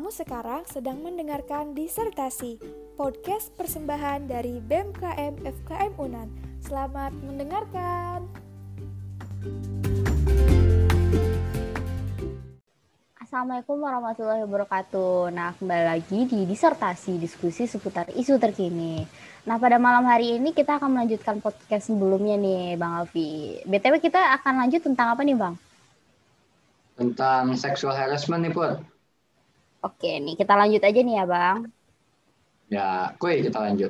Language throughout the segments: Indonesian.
Kamu sekarang sedang mendengarkan Disertasi, podcast persembahan dari BEM KM FKM Unan. Selamat mendengarkan. Assalamualaikum warahmatullahi wabarakatuh. Nah, kembali lagi di Disertasi, diskusi seputar isu terkini. Nah, pada malam hari ini kita akan melanjutkan podcast sebelumnya nih, Bang Alfi. BTW kita akan lanjut tentang apa nih, Bang? Tentang sexual harassment nih, Put. Oke, nih kita lanjut aja nih ya, Bang. Ya, kita lanjut.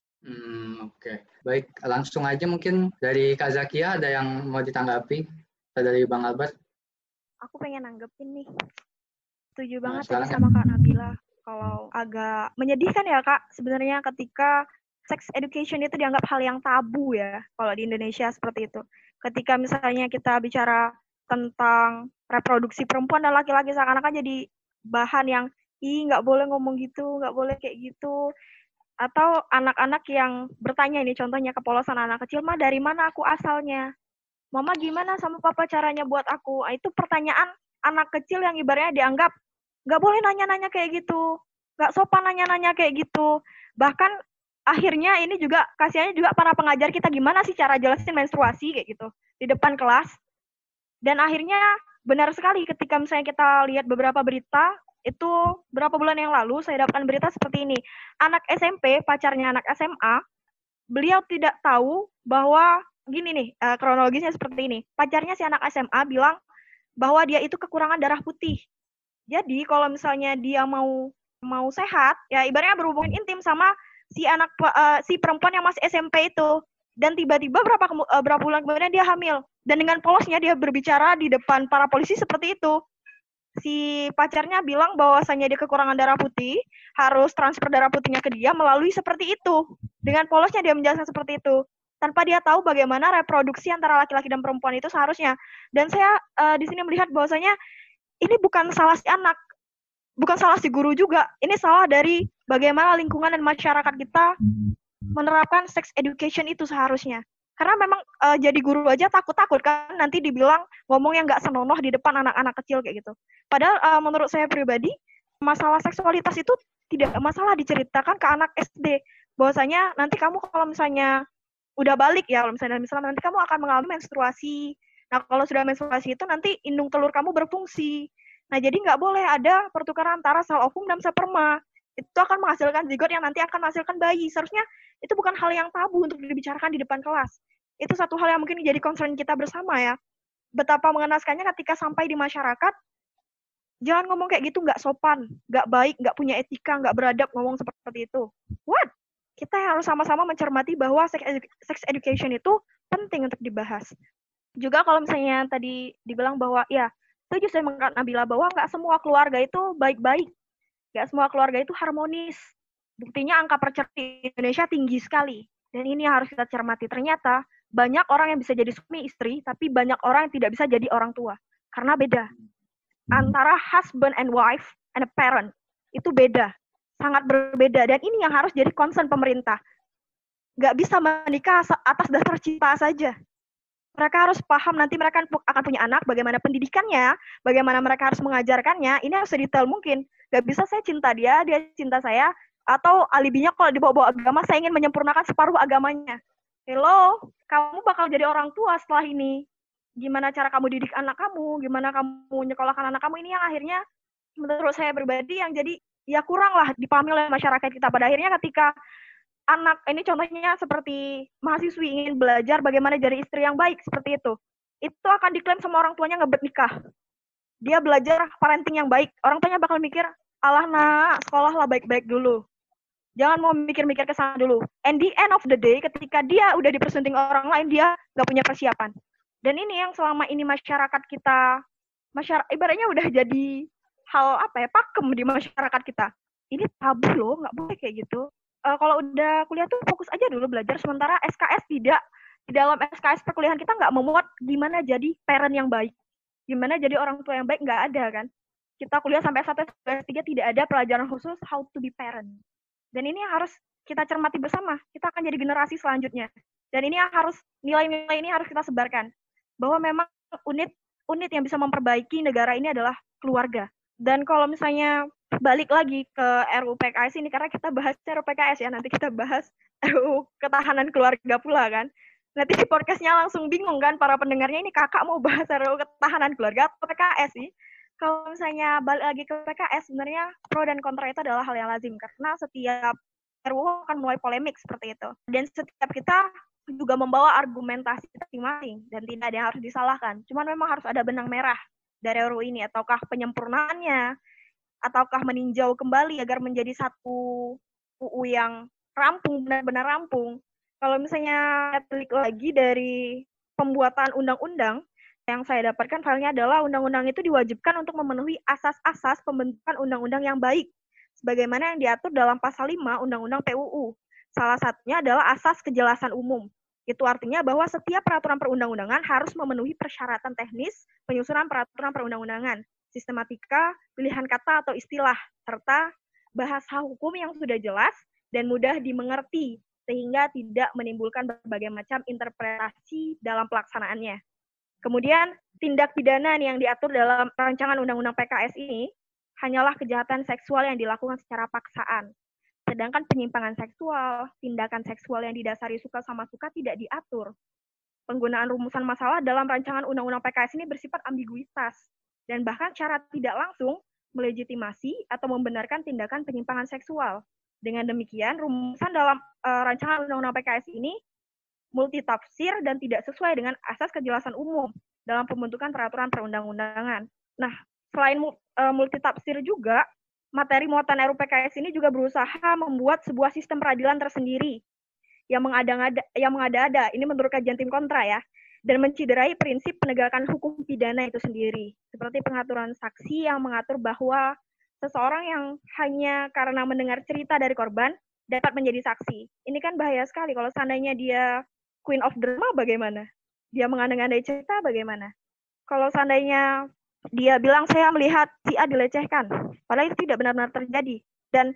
Oke. Baik, langsung aja mungkin dari Kak Zakia ada yang mau ditanggapi? Atau dari Bang Albert? Aku pengen nanggepin nih. Setuju Nah, banget tadi sama ya. Kak Nabila. Kalau agak menyedihkan ya Kak, sebenarnya ketika sex education itu dianggap hal yang tabu ya, kalau di Indonesia seperti itu. Ketika misalnya kita bicara tentang reproduksi perempuan dan laki-laki, seakan-akan jadi bahan yang, nggak boleh ngomong gitu, nggak boleh kayak gitu. Atau anak-anak yang bertanya ini, contohnya kepolosan anak kecil, "Ma, dari mana aku asalnya? Mama gimana sama papa caranya buat aku?" Itu pertanyaan anak kecil yang ibaratnya dianggap nggak boleh nanya-nanya kayak gitu, nggak sopan nanya-nanya kayak gitu. Bahkan akhirnya ini juga kasihannya juga para pengajar kita gimana sih cara jelasin menstruasi kayak gitu di depan kelas. Dan akhirnya benar sekali ketika misalnya kita lihat beberapa berita, itu berapa bulan yang lalu saya dapatkan berita seperti ini. Anak SMP, pacarnya anak SMA, beliau tidak tahu bahwa gini nih, kronologisnya seperti ini. Pacarnya si anak SMA bilang bahwa dia itu kekurangan darah putih. Jadi kalau misalnya dia mau sehat, ya ibaratnya berhubungan intim sama si perempuan yang masih SMP itu. Dan tiba-tiba berapa bulan kemudian dia hamil. Dan dengan polosnya dia berbicara di depan para polisi seperti itu. Si pacarnya bilang bahwasannya dia kekurangan darah putih, harus transfer darah putihnya ke dia melalui seperti itu. Dengan polosnya dia menjelaskan seperti itu. Tanpa dia tahu bagaimana reproduksi antara laki-laki dan perempuan itu seharusnya. Dan saya di sini melihat bahwasanya ini bukan salah si anak, bukan salah si guru juga. Ini salah dari bagaimana lingkungan dan masyarakat kita menerapkan sex education itu seharusnya. Karena memang jadi guru aja takut-takut kan nanti dibilang ngomong yang nggak senonoh di depan anak-anak kecil kayak gitu. Padahal menurut saya pribadi, masalah seksualitas itu tidak masalah diceritakan ke anak SD. Bahwasanya nanti kamu kalau misalnya udah balik ya, kalau misalnya nanti kamu akan mengalami menstruasi. Nah, kalau sudah menstruasi itu nanti indung telur kamu berfungsi. Nah, jadi nggak boleh ada pertukaran antara sel ovum dan sperma. Itu akan menghasilkan zigot yang nanti akan menghasilkan bayi. Seharusnya itu bukan hal yang tabu untuk dibicarakan di depan kelas. Itu satu hal yang mungkin jadi concern kita bersama ya. Betapa mengenaskannya ketika sampai di masyarakat, jangan ngomong kayak gitu, nggak sopan, nggak baik, nggak punya etika, nggak beradab ngomong seperti itu. What? Kita harus sama-sama mencermati bahwa sex education itu penting untuk dibahas. Juga kalau misalnya tadi dibilang bahwa, ya, setuju saya dengan Nabila bahwa nggak semua keluarga itu baik-baik. Nggak semua keluarga itu harmonis. Buktinya angka perceraian di Indonesia tinggi sekali. Dan ini harus kita cermati. Ternyata banyak orang yang bisa jadi suami istri, tapi banyak orang yang tidak bisa jadi orang tua. Karena beda. Antara husband and wife and a parent, itu beda. Sangat berbeda. Dan ini yang harus jadi concern pemerintah. Nggak bisa menikah atas dasar cinta saja. Mereka harus paham nanti mereka akan punya anak, bagaimana pendidikannya, bagaimana mereka harus mengajarkannya, ini harus sedetail mungkin. Gak bisa saya cinta dia cinta saya, atau alibinya kalau dibawa-bawa agama, saya ingin menyempurnakan separuh agamanya. Hello, kamu bakal jadi orang tua setelah ini. Gimana cara kamu didik anak kamu, gimana kamu nyekolahkan anak kamu, ini yang akhirnya menurut saya pribadi yang jadi ya kurang lah dipahami oleh masyarakat kita. Pada akhirnya ketika anak, ini contohnya seperti mahasiswi ingin belajar bagaimana jadi istri yang baik, seperti itu akan diklaim sama orang tuanya ngebet nikah. Dia belajar parenting yang baik, orang tuanya bakal mikir, alah nak, sekolah lah baik-baik dulu. Jangan mau mikir-mikir ke sana dulu. And the end of the day, ketika dia udah dipersunting orang lain, dia nggak punya persiapan. Dan ini yang selama ini masyarakat kita, ibaratnya udah jadi hal pakem di masyarakat kita. Ini tabu loh, nggak boleh kayak gitu. Kalau udah kuliah tuh fokus aja dulu belajar, sementara SKS tidak. Di dalam SKS perkuliahan kita nggak memuat gimana jadi parent yang baik, gimana jadi orang tua yang baik, nggak ada kan. Kita kuliah sampai S1, S3 tidak ada pelajaran khusus how to be parent. Dan ini harus kita cermati bersama, kita akan jadi generasi selanjutnya. Dan ini harus, nilai-nilai ini harus kita sebarkan. Bahwa memang unit yang bisa memperbaiki negara ini adalah keluarga. Dan kalau misalnya balik lagi ke RUU PKS ini, karena kita bahas RUU PKS ya, nanti kita bahas RUU ketahanan keluarga pula kan. Nanti di podcastnya langsung bingung kan para pendengarnya, ini kakak mau bahas RUU ketahanan keluarga atau PKS sih. Kalau misalnya balik lagi ke PKS, sebenarnya pro dan kontra itu adalah hal yang lazim, karena setiap RUU akan mulai polemik seperti itu. Dan setiap kita juga membawa argumentasi masing-masing, dan tidak ada yang harus disalahkan. Cuman memang harus ada benang merah dari RUU ini, ataukah penyempurnaannya, ataukah meninjau kembali agar menjadi satu UU yang rampung, benar-benar rampung. Kalau misalnya telik lagi dari pembuatan undang-undang, yang saya dapatkan filenya adalah undang-undang itu diwajibkan untuk memenuhi asas-asas pembentukan undang-undang yang baik, sebagaimana yang diatur dalam pasal 5 Undang-Undang PUU. Salah satunya adalah asas kejelasan umum. Itu artinya bahwa setiap peraturan perundang-undangan harus memenuhi persyaratan teknis penyusunan peraturan perundang-undangan, sistematika, pilihan kata atau istilah, serta bahasa hukum yang sudah jelas dan mudah dimengerti, sehingga tidak menimbulkan berbagai macam interpretasi dalam pelaksanaannya. Kemudian, tindak pidana yang diatur dalam rancangan Undang-Undang PKS ini hanyalah kejahatan seksual yang dilakukan secara paksaan. Sedangkan penyimpangan seksual, tindakan seksual yang didasari suka sama suka tidak diatur. Penggunaan rumusan masalah dalam rancangan Undang-Undang PKS ini bersifat ambiguitas, dan bahkan secara tidak langsung melegitimasi atau membenarkan tindakan penyimpangan seksual. Dengan demikian, rumusan dalam rancangan Undang-Undang PKS ini multitafsir dan tidak sesuai dengan asas kejelasan umum dalam pembentukan peraturan perundang-undangan. Nah, selain multitafsir juga, materi muatan RUU PKS ini juga berusaha membuat sebuah sistem peradilan tersendiri yang mengada-ada, ini menurut kajian tim kontra ya, dan menciderai prinsip penegakan hukum pidana itu sendiri, seperti pengaturan saksi yang mengatur bahwa seseorang yang hanya karena mendengar cerita dari korban dapat menjadi saksi. Ini kan bahaya sekali kalau seandainya dia Queen of Drama bagaimana? Dia mengandai-andai cerita bagaimana? Kalau seandainya dia bilang saya melihat si A dilecehkan, padahal itu tidak benar-benar terjadi. Dan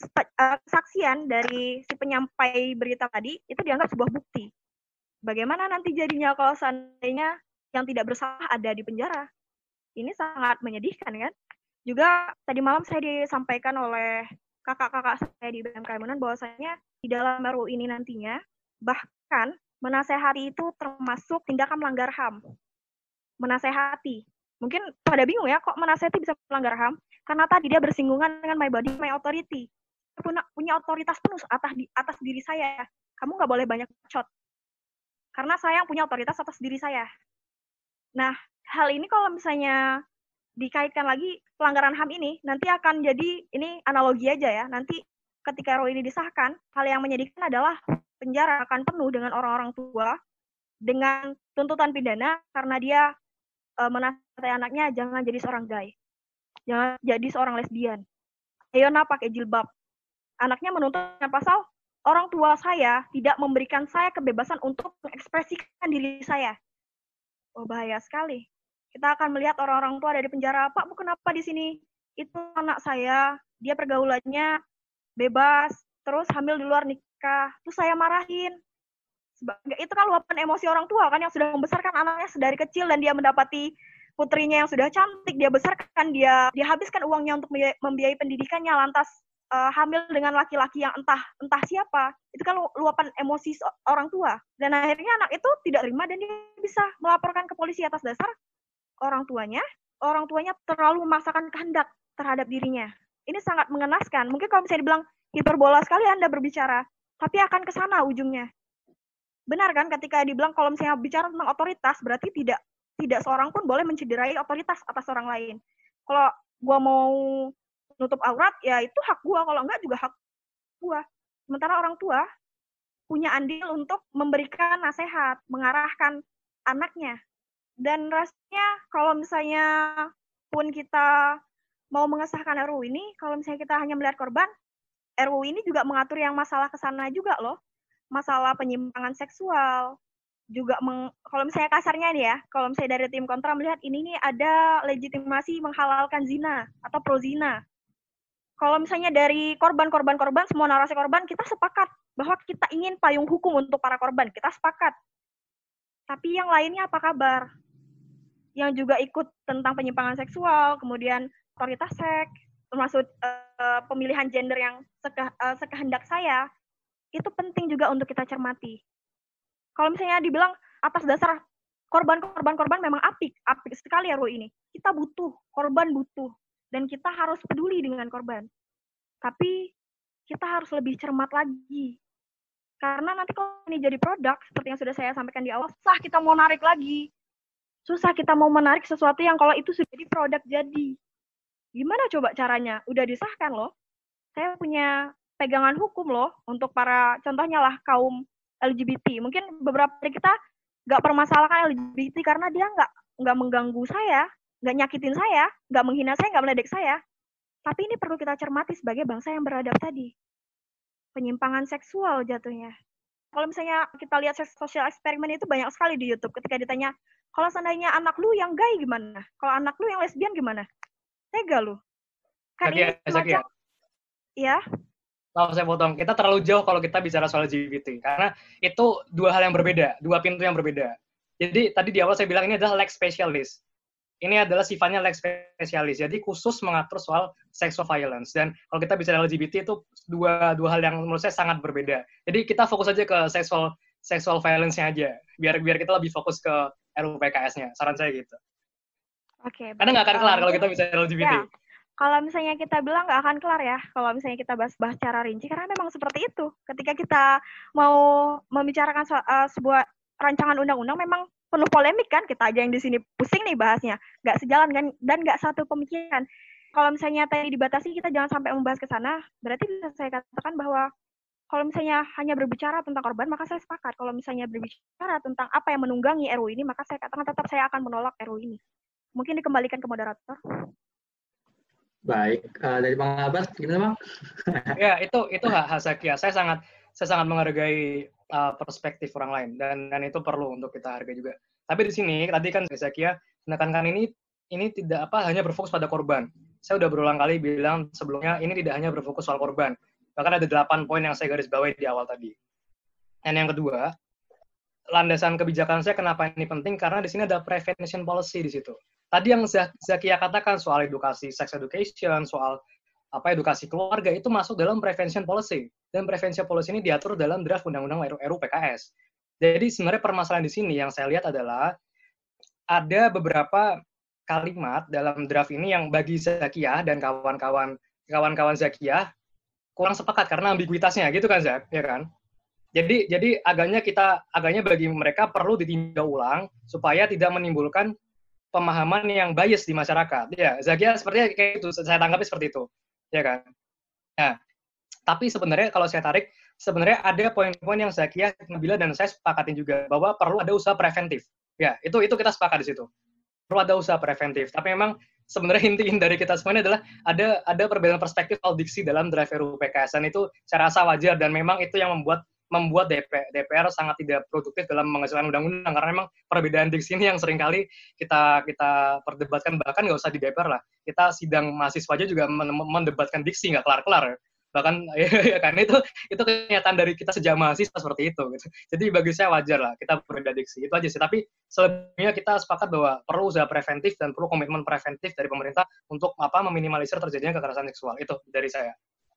kesaksian dari si penyampai berita tadi itu dianggap sebuah bukti. Bagaimana nanti jadinya kalau seandainya yang tidak bersalah ada di penjara? Ini sangat menyedihkan kan? Juga tadi malam saya disampaikan oleh kakak-kakak saya di BMKM Unan bahwasanya di dalam RUU ini nantinya bahkan menasehati itu termasuk tindakan melanggar HAM. Menasehati. Mungkin pada bingung ya, kok menasehati bisa melanggar HAM? Karena tadi dia bersinggungan dengan my body, my authority. Punya otoritas penuh atas diri saya. Kamu nggak boleh banyak bacot. Karena saya yang punya otoritas atas diri saya. Nah, hal ini kalau misalnya dikaitkan lagi pelanggaran HAM ini, nanti akan jadi, ini analogi aja ya, nanti ketika RUU ini disahkan, hal yang menyedihkan adalah penjara akan penuh dengan orang-orang tua dengan tuntutan pidana karena dia menasihati anaknya jangan jadi seorang gay, jangan jadi seorang lesbian, ayo pakai jilbab. Anaknya menuntut pasal orang tua saya tidak memberikan saya kebebasan untuk mengekspresikan diri saya. Oh, bahaya sekali. Kita akan melihat orang-orang tua dari penjara, Pak, Bu, kenapa di sini? Itu anak saya, dia pergaulannya bebas, terus hamil di luar nikah, terus saya marahin. Itu kan luapan emosi orang tua kan yang sudah membesarkan anaknya sedari kecil dan dia mendapati putrinya yang sudah cantik, dia besarkan, dia habiskan uangnya untuk membiayai pendidikannya, lantas hamil dengan laki-laki yang entah siapa. Itu kan luapan emosi orang tua. Dan akhirnya anak itu tidak terima dan dia bisa melaporkan ke polisi atas dasar orang tuanya terlalu memaksakan kehendak terhadap dirinya. Ini sangat mengenaskan. Mungkin kalau bisa dibilang hiperbola sekali Anda berbicara, tapi akan ke sana ujungnya. Benar kan ketika dibilang kalau misalnya bicara tentang otoritas, berarti tidak seorang pun boleh mencederai otoritas atas orang lain. Kalau gua mau nutup aurat, ya itu hak gua. Kalau enggak juga hak gua. Sementara orang tua punya andil untuk memberikan nasihat, mengarahkan anaknya. Dan rasanya kalau misalnya pun kita mau mengesahkan RUU ini, kalau misalnya kita hanya melihat korban, RUU ini juga mengatur yang masalah kesana juga loh. Masalah penyimpangan seksual, juga kalau misalnya kasarnya nih ya, kalau misalnya dari tim kontra melihat ini nih ada legitimasi menghalalkan zina atau pro zina. Kalau misalnya dari korban, semua narasi korban, kita sepakat bahwa kita ingin payung hukum untuk para korban, kita sepakat. Tapi yang lainnya apa kabar? Yang juga ikut tentang penyimpangan seksual, kemudian otoritas seks, termasuk pemilihan gender yang sekehendak saya, itu penting juga untuk kita cermati. Kalau misalnya dibilang atas dasar korban memang apik sekali RUU ini. Kita butuh, korban butuh, dan kita harus peduli dengan korban. Tapi kita harus lebih cermat lagi. Karena nanti kalau ini jadi produk, seperti yang sudah saya sampaikan di awal, susah kita mau narik lagi. Susah kita mau menarik sesuatu yang kalau itu sudah jadi produk jadi. Gimana coba caranya? Udah disahkan loh. Saya punya pegangan hukum loh untuk para, contohnya lah kaum LGBT. Mungkin beberapa dari kita nggak permasalahkan LGBT karena dia nggak mengganggu saya, nggak nyakitin saya, nggak menghina saya, nggak meledek saya. Tapi ini perlu kita cermati sebagai bangsa yang beradab tadi. Penyimpangan seksual jatuhnya. Kalau misalnya kita lihat social eksperimen itu banyak sekali di YouTube. Ketika ditanya, kalau seandainya anak lu yang gay gimana? Kalau anak lu yang lesbian gimana? Tega lu. Kan ini semacam... Ya. Kalau saya potong, kita terlalu jauh kalau kita bicara soal LGBT. Karena itu dua hal yang berbeda, dua pintu yang berbeda. Jadi tadi di awal saya bilang ini adalah lex specialis. Ini adalah sifatnya lex specialis. Jadi khusus mengatur soal sexual violence. Dan kalau kita bicara LGBT itu dua hal yang menurut saya sangat berbeda. Jadi kita fokus aja ke sexual violence-nya aja. Biar kita lebih fokus ke RUU PKS-nya. Saran saya gitu. Oke. Karena nggak akan kelar kalau kita bicara LGBT. Ya. Kalau misalnya kita bilang nggak akan kelar ya, kalau misalnya kita bahas secara rinci, karena memang seperti itu. Ketika kita mau membicarakan sebuah rancangan undang-undang, memang penuh polemik kan, kita aja yang di sini pusing nih bahasnya, nggak sejalan kan, dan nggak satu pemikiran. Kalau misalnya tadi dibatasi, kita jangan sampai membahas ke sana, berarti bisa saya katakan bahwa kalau misalnya hanya berbicara tentang korban, maka saya sepakat. Kalau misalnya berbicara tentang apa yang menunggangi RUU ini, maka saya katakan tetap saya akan menolak RUU ini. Mungkin dikembalikan ke moderator. Baik, dari Bang Abbas, gimana Bang? Ya, itu hak Zakia. Saya sangat menghargai perspektif orang lain dan itu perlu untuk kita hargai juga. Tapi di sini tadi kan Zakia menekankan ini tidak hanya berfokus pada korban. Saya udah berulang kali bilang sebelumnya ini tidak hanya berfokus soal korban. Bahkan ada 8 poin yang saya garis bawahi di awal tadi. Dan yang kedua, landasan kebijakan saya kenapa ini penting karena di sini ada prevention policy di situ. Tadi yang Zakia katakan soal edukasi, sex education, soal edukasi keluarga itu masuk dalam prevention policy. Dan prevention policy ini diatur dalam draft undang-undang RUU PKS. Jadi sebenarnya permasalahan di sini yang saya lihat adalah ada beberapa kalimat dalam draft ini yang bagi Zakia dan kawan-kawan Zakia kurang sepakat karena ambiguitasnya gitu kan Zak, ya kan? Jadi agaknya bagi mereka perlu ditinjau ulang supaya tidak menimbulkan pemahaman yang bias di masyarakat. Ya, Zakia sepertinya kayak itu, saya tanggapi seperti itu. Ya kan? Nah, tapi sebenarnya kalau saya tarik, sebenarnya ada poin-poin yang Zakia bilang dan saya sepakatin juga bahwa perlu ada usaha preventif. Ya, itu kita sepakat di situ. Perlu ada usaha preventif. Tapi memang sebenarnya inti dari kita semuanya adalah ada perbedaan perspektif soal diksi dalam draft RUU PKS dan itu saya rasa wajar dan memang itu yang membuat DPR sangat tidak produktif dalam menghasilkan undang-undang karena memang perbedaan diksi ini yang seringkali kita perdebatkan bahkan nggak usah di DPR lah, kita sidang mahasiswa aja juga mendebatkan diksi nggak kelar-kelar bahkan ya kan itu kenyataan dari kita sejak mahasiswa seperti itu gitu. Jadi bagi saya wajar lah kita berbeda diksi itu aja sih, tapi selebihnya kita sepakat bahwa perlu usaha preventif dan perlu komitmen preventif dari pemerintah untuk meminimalisir terjadinya kekerasan seksual. Itu dari saya.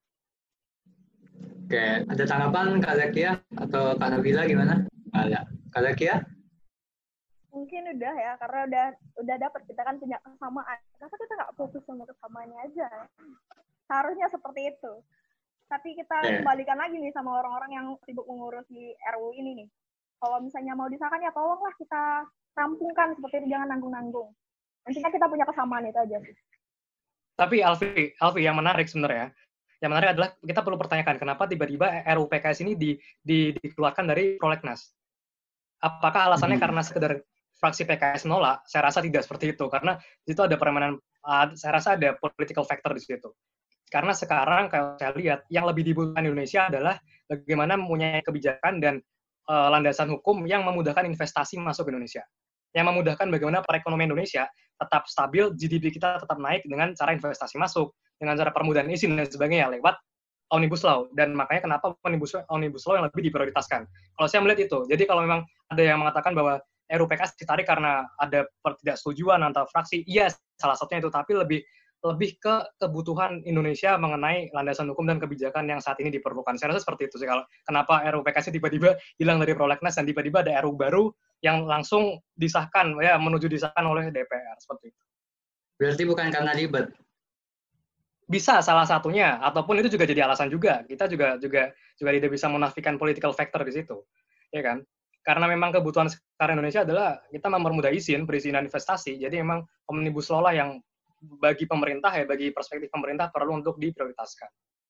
Oke, ada tanggapan Kak Zakia atau Kak Nabila gimana? Ada. Kak Zakia? Mungkin udah ya, karena udah dapat kita kan punya kesamaan. Masa kita nggak fokus sama kesamaannya aja? Seharusnya seperti itu. Tapi kita kembalikan lagi nih sama orang-orang yang sibuk mengurusi RUU ini nih. Kalau misalnya mau disahkan ya tolonglah kita rampungkan seperti itu, jangan nanggung-nanggung. Intinya kita punya kesamaan itu aja sih. Tapi Alfi yang menarik sebenarnya. Yang menarik adalah kita perlu pertanyakan kenapa tiba-tiba RUU PKS ini dikeluarkan dari prolegnas. Apakah alasannya karena sekedar fraksi PKS menolak? Saya rasa tidak seperti itu karena di situ ada permainan, saya rasa ada political factor di situ. Karena sekarang kalau saya lihat yang lebih dibutuhkan Indonesia adalah bagaimana mempunyai kebijakan dan landasan hukum yang memudahkan investasi masuk ke Indonesia. Yang memudahkan bagaimana perekonomian Indonesia tetap stabil, GDP kita tetap naik dengan cara investasi masuk, dengan cara permudahan izin dan sebagainya lewat Omnibus Law. Dan makanya kenapa Omnibus Law yang lebih diprioritaskan. Kalau saya melihat itu. Jadi kalau memang ada yang mengatakan bahwa RUU PKS ditarik karena ada ketidaksetujuan antar fraksi, iya salah satunya itu, tapi lebih ke kebutuhan Indonesia mengenai landasan hukum dan kebijakan yang saat ini diperlukan. Saya rasa seperti itu sih. Kalau kenapa RUU PKS tiba-tiba hilang dari prolegnas dan tiba-tiba ada RUU baru yang langsung disahkan, ya menuju disahkan oleh DPR seperti itu. Berarti bukan karena ribet. Bisa salah satunya, ataupun itu juga jadi alasan juga. Kita juga tidak bisa menafikan political factor di situ, ya kan? Karena memang kebutuhan sekarang Indonesia adalah kita mempermudah perizinan investasi. Jadi memang omnibus law lah yang bagi pemerintah bagi perspektif pemerintah perlu untuk diprioritaskan.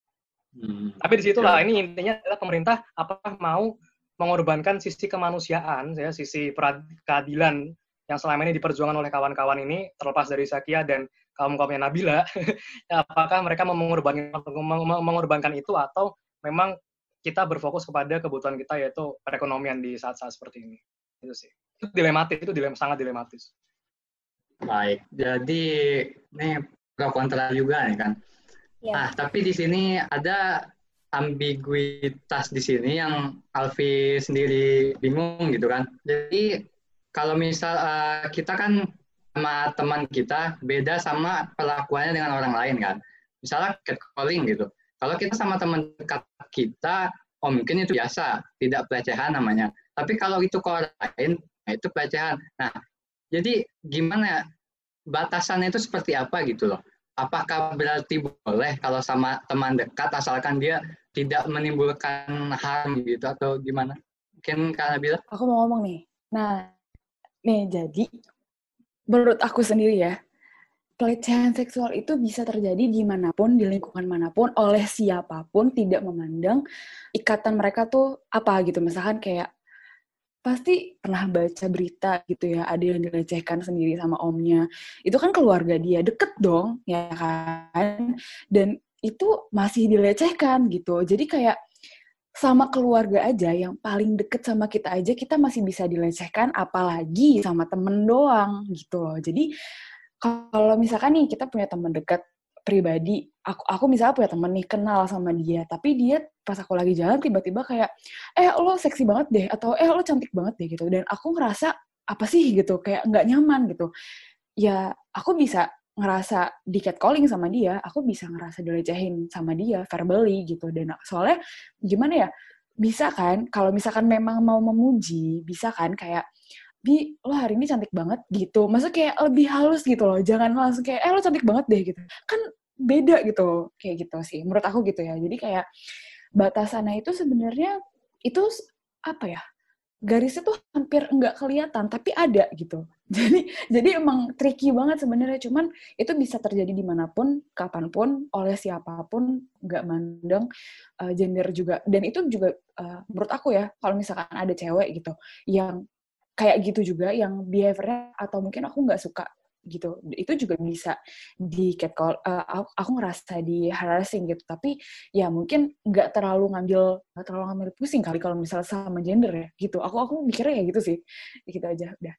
Tapi disitulah ini intinya adalah pemerintah apakah mau mengorbankan sisi kemanusiaan, ya, sisi keadilan yang selama ini diperjuangkan oleh kawan-kawan ini, terlepas dari Zakia dan kaum-kaumnya Nabila, apakah mereka mau mengorbankan itu atau memang kita berfokus kepada kebutuhan kita yaitu perekonomian di saat-saat seperti ini. Itu sih. Itu dilematis, sangat dilematis. Baik, jadi ini pro kontra juga nih kan. Ya. Tapi di sini ada ambiguitas di sini yang Alfi sendiri bingung gitu kan. Jadi kalau misal kita kan sama teman kita beda sama perlakuannya dengan orang lain kan. Misalnya catcalling gitu. Kalau kita sama teman dekat kita, mungkin itu biasa, tidak pelecehan namanya. Tapi kalau itu ke orang lain, nah itu pelecehan. Nah, jadi gimana batasannya itu seperti apa gitu loh? Apakah berarti boleh kalau sama teman dekat asalkan dia tidak menimbulkan harm gitu atau gimana? Mungkin Kak Nabila? Aku mau ngomong nih. Nah, nih jadi menurut aku sendiri ya, pelecehan seksual itu bisa terjadi dimanapun, di lingkungan manapun, oleh siapapun, tidak memandang ikatan mereka tuh apa gitu. Misalkan kayak pasti pernah baca berita gitu ya, ada yang dilecehkan sendiri sama omnya. Itu kan keluarga dia, deket dong, ya kan? Dan itu masih dilecehkan gitu. Jadi kayak sama keluarga aja, yang paling deket sama kita aja, kita masih bisa dilecehkan, apalagi sama temen doang gitu loh. Jadi kalau misalkan nih kita punya teman dekat pribadi, aku misalnya punya temen nih, kenal sama dia, tapi dia pas aku lagi jalan tiba-tiba kayak, lo seksi banget deh, atau lo cantik banget deh gitu, dan aku ngerasa apa sih gitu, kayak nggak nyaman gitu. Ya aku bisa ngerasa di catcalling sama dia, aku bisa ngerasa dilecehin sama dia verbally gitu. Dan soalnya gimana ya, bisa kan kalau misalkan memang mau memuji, bisa kan kayak, Bi, lo hari ini cantik banget gitu. Maksudnya kayak lebih halus gitu loh. Jangan langsung kayak, lo cantik banget deh gitu. Kan beda gitu. Kayak gitu sih. Menurut aku gitu ya. Jadi kayak batasannya itu sebenarnya itu apa ya? Garisnya tuh hampir nggak kelihatan, tapi ada gitu. Jadi emang tricky banget sebenarnya. Cuman itu bisa terjadi dimanapun, kapanpun, oleh siapapun, nggak mandang gender juga. Dan itu juga menurut aku ya, kalau misalkan ada cewek gitu yang kayak gitu juga, yang behavior-nya atau mungkin aku nggak suka gitu, itu juga bisa di catcall, aku ngerasa di harassing gitu. Tapi ya mungkin nggak terlalu ngambil pusing kali kalau misalnya sama gender ya gitu. Aku mikirnya ya gitu sih, gitu aja udah.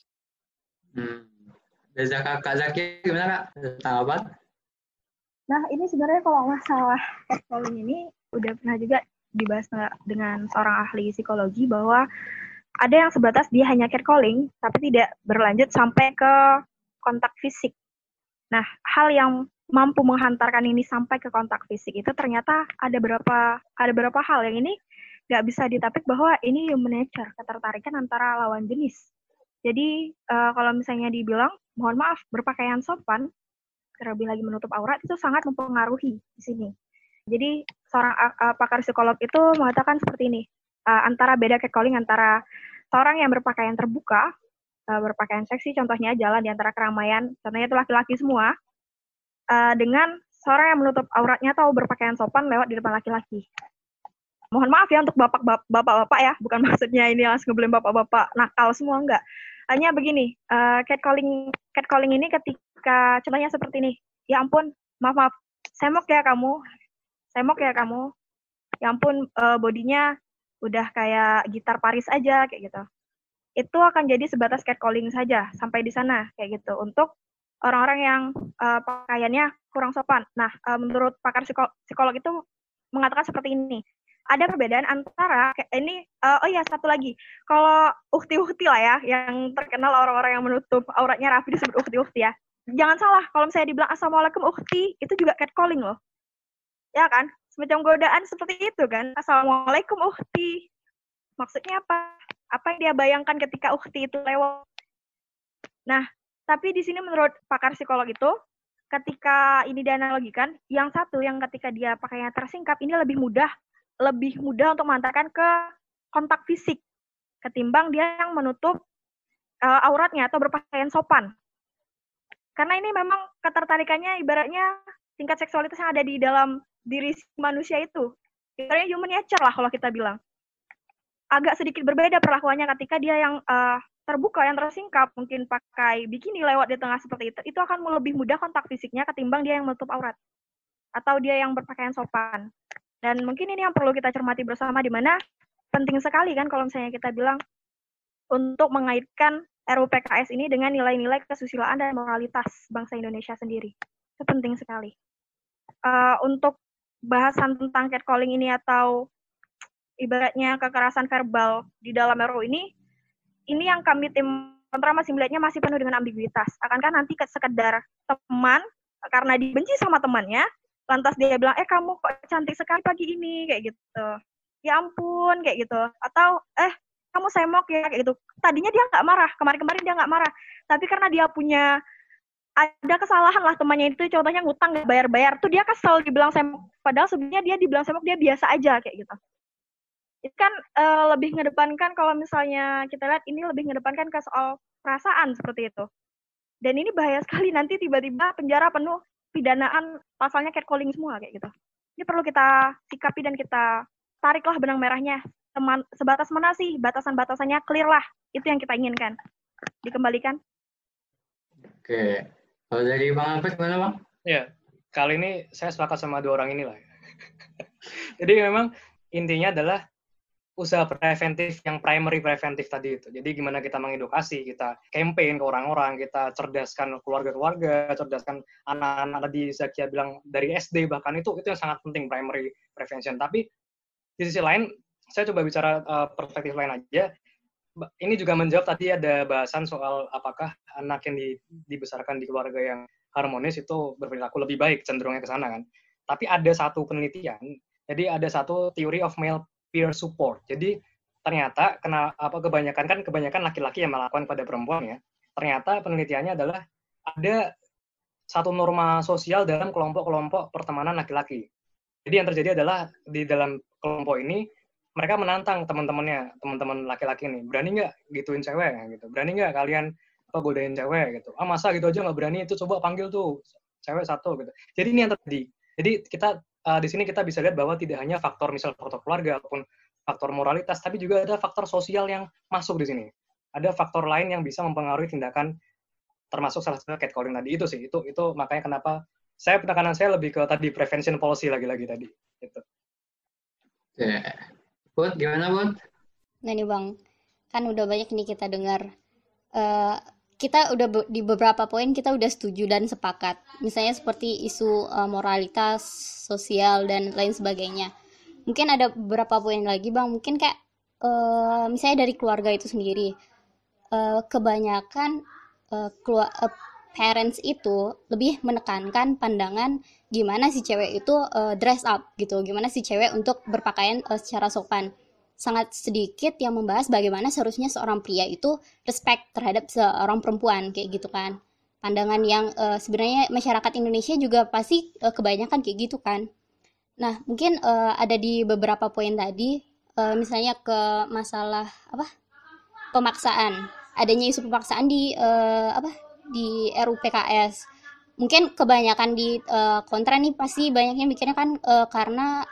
Dari Kak Zaki gimana Kak? Tanggapan? Nah, ini sebenarnya kalau masalah catcalling ini udah pernah juga dibahas dengan seorang ahli psikologi bahwa ada yang sebatas dia hanya catcalling, tapi tidak berlanjut sampai ke kontak fisik. Nah, hal yang mampu menghantarkan ini sampai ke kontak fisik itu ternyata ada beberapa hal yang ini nggak bisa ditapik bahwa ini human nature, ketertarikan antara lawan jenis. Jadi, kalau misalnya dibilang, mohon maaf, berpakaian sopan, terlebih lagi menutup aurat, itu sangat mempengaruhi di sini. Jadi, seorang pakar psikolog itu mengatakan seperti ini, antara beda catcalling antara seorang yang berpakaian terbuka, berpakaian seksi, contohnya jalan di antara keramaian, contohnya itu laki-laki semua, dengan seorang yang menutup auratnya atau berpakaian sopan lewat di depan laki-laki. Mohon maaf ya untuk bapak-bapak ya, bukan maksudnya ini langsung ngebelem bapak-bapak nakal semua, enggak. Hanya begini, catcalling ini ketika, contohnya seperti ini, ya ampun, maaf, semok ya kamu, ya ampun, bodinya udah kayak gitar Paris aja, kayak gitu. Itu akan jadi sebatas catcalling saja, sampai di sana, kayak gitu. Untuk orang-orang yang pakaiannya kurang sopan. Nah, menurut pakar psikolog itu mengatakan seperti ini. Ada perbedaan antara, ini, satu lagi. Kalau ukti-ukti lah ya, yang terkenal orang-orang yang menutup auratnya rapi disebut ukti-ukti ya. jangan salah, kalau misalnya dibilang assalamualaikum ukhti, itu juga catcalling loh. Ya kan? Semacam godaan seperti itu kan. Assalamualaikum ukhti. Maksudnya apa? Apa yang dia bayangkan ketika ukhti itu lewat? Nah, tapi di sini menurut pakar psikolog itu, ketika ini dianalogikan, yang satu yang ketika dia pakainya tersingkap ini lebih mudah untuk mengantarkan ke kontak fisik ketimbang dia yang menutup auratnya atau berpakaian sopan. Karena ini memang ketertarikannya ibaratnya tingkat seksualitas yang ada di dalam diri manusia itu. Ibaratnya human nature lah kalau kita bilang. Agak sedikit berbeda perlakuannya ketika dia yang terbuka, yang tersingkap, mungkin pakai bikini lewat di tengah seperti itu akan lebih mudah kontak fisiknya ketimbang dia yang menutup aurat. Atau dia yang berpakaian sopan. Dan mungkin ini yang perlu kita cermati bersama, di mana penting sekali kan kalau misalnya kita bilang untuk mengaitkan RUU PKS ini dengan nilai-nilai kesusilaan dan moralitas bangsa Indonesia sendiri. Itu penting sekali. Untuk bahasan tentang catcalling ini atau ibaratnya kekerasan verbal di dalam RUU ini yang kami tim kontra masih melihatnya masih penuh dengan ambiguitas. Akankah nanti sekedar teman, karena dibenci sama temannya, lantas dia bilang, kamu kok cantik sekali pagi ini, kayak gitu. Ya ampun, kayak gitu. Atau, kamu semok ya, kayak gitu. Tadinya dia nggak marah, kemarin-kemarin dia nggak marah. Tapi karena dia punya, ada kesalahan lah temannya itu, contohnya ngutang nggak bayar-bayar, tuh dia kesel dibilang semok. Padahal sebenarnya dia dibilang semok, dia biasa aja, kayak gitu. Itu kan lebih mengedepankan, kalau misalnya kita lihat, ini lebih mengedepankan ke soal perasaan seperti itu. Dan ini bahaya sekali, nanti tiba-tiba penjara penuh pidanaan pasalnya catcalling semua kayak gitu. Ini perlu kita sikapi dan kita tariklah benang merahnya. Sebatas mana sih batasan-batasannya, clear lah. Itu yang kita inginkan. Dikembalikan. Oke. Kalau dari Bang Alfred gimana, Bang? Ya, kali ini saya sepakat sama dua orang inilah. Jadi memang intinya adalah usaha preventif yang primary preventif tadi itu. Jadi gimana kita mengedukasi, kita campaign ke orang-orang, kita cerdaskan keluarga-keluarga, cerdaskan anak-anak, tadi Zakia bilang dari SD bahkan itu yang sangat penting, primary prevention. Tapi di sisi lain saya coba bicara perspektif lain aja. Ini juga menjawab tadi ada bahasan soal apakah anak yang dibesarkan di keluarga yang harmonis itu berperilaku lebih baik, cenderungnya ke sana kan. Tapi ada satu penelitian, jadi ada satu theory of male peer support. Jadi ternyata kebanyakan laki-laki yang melakukan pada perempuan ya. Ternyata penelitiannya adalah ada satu norma sosial dalam kelompok-kelompok pertemanan laki-laki. Jadi yang terjadi adalah di dalam kelompok ini mereka menantang teman-teman laki-laki ini, berani nggak gituin cewek gitu, berani nggak kalian godain cewek gitu, masa gitu aja nggak berani, itu coba panggil tuh cewek satu gitu. Jadi ini yang terjadi. Jadi kita di sini kita bisa lihat bahwa tidak hanya faktor keluarga ataupun faktor moralitas, tapi juga ada faktor sosial yang masuk di sini. Ada faktor lain yang bisa mempengaruhi tindakan, termasuk salah satu catcalling tadi itu sih. Itu makanya kenapa penekanan saya lebih ke tadi prevention policy lagi-lagi tadi. Gitu. Oke. Bud, gimana Bud? Nah nih Bang, kan udah banyak nih kita dengar. Kita udah di beberapa poin kita udah setuju dan sepakat. Misalnya seperti isu moralitas, sosial, dan lain sebagainya. Mungkin ada beberapa poin lagi Bang, mungkin kayak misalnya dari keluarga itu sendiri. Kebanyakan parents itu lebih menekankan pandangan gimana si cewek itu dress up gitu, gimana si cewek untuk berpakaian secara sopan. Sangat sedikit yang membahas bagaimana seharusnya seorang pria itu respect terhadap seorang perempuan kayak gitu kan. Pandangan yang sebenarnya masyarakat Indonesia juga pasti kebanyakan kayak gitu kan. Nah, mungkin ada di beberapa poin tadi, misalnya ke masalah pemaksaan. Adanya isu pemaksaan di RUU PKS. Mungkin kebanyakan di kontra nih pasti banyaknya mikirnya kan karena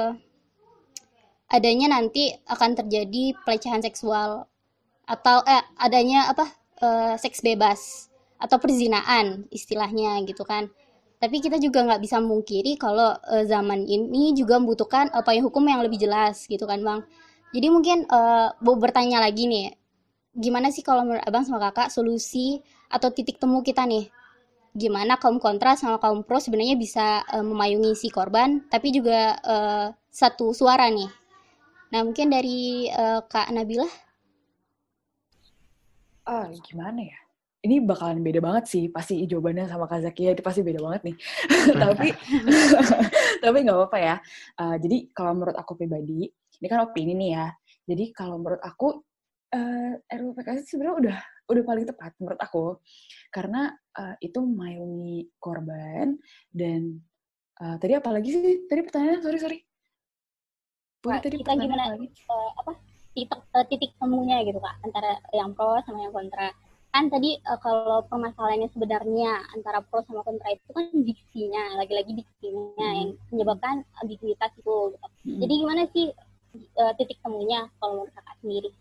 adanya nanti akan terjadi pelecehan seksual atau adanya seks bebas atau perzinaan istilahnya gitu kan. Tapi kita juga nggak bisa memungkiri kalau zaman ini juga membutuhkan payung hukum yang lebih jelas gitu kan Bang. Jadi mungkin mau bertanya lagi nih, gimana sih kalau menurut Abang sama Kakak solusi atau titik temu kita nih? Gimana kaum kontra sama kaum pro sebenarnya bisa memayungi si korban, tapi juga satu suara nih. Nah mungkin dari Kak Nabila. Gimana ya? ini bakalan beda banget sih, pasti jawabannya sama Kak Zakia itu pasti beda banget nih. Tapi tapi nggak apa-apa ya. Jadi kalau menurut aku pribadi, ini kan opini nih ya. Jadi kalau menurut aku RUU PKS sebenarnya udah paling tepat menurut aku, karena itu mengayomi korban dan tadi apa lagi sih? Tadi pertanyaannya sorry. Putri tadi Kita pertanyaan gimana apa lagi? titik temunya gitu Kak antara yang pro sama yang kontra. Kan tadi kalau permasalahannya sebenarnya antara pro sama kontra itu kan diksinya, lagi-lagi diksinya yang menyebabkan ambiguitas itu gitu. Jadi gimana sih titik temunya kalau menurut Kakak sendiri?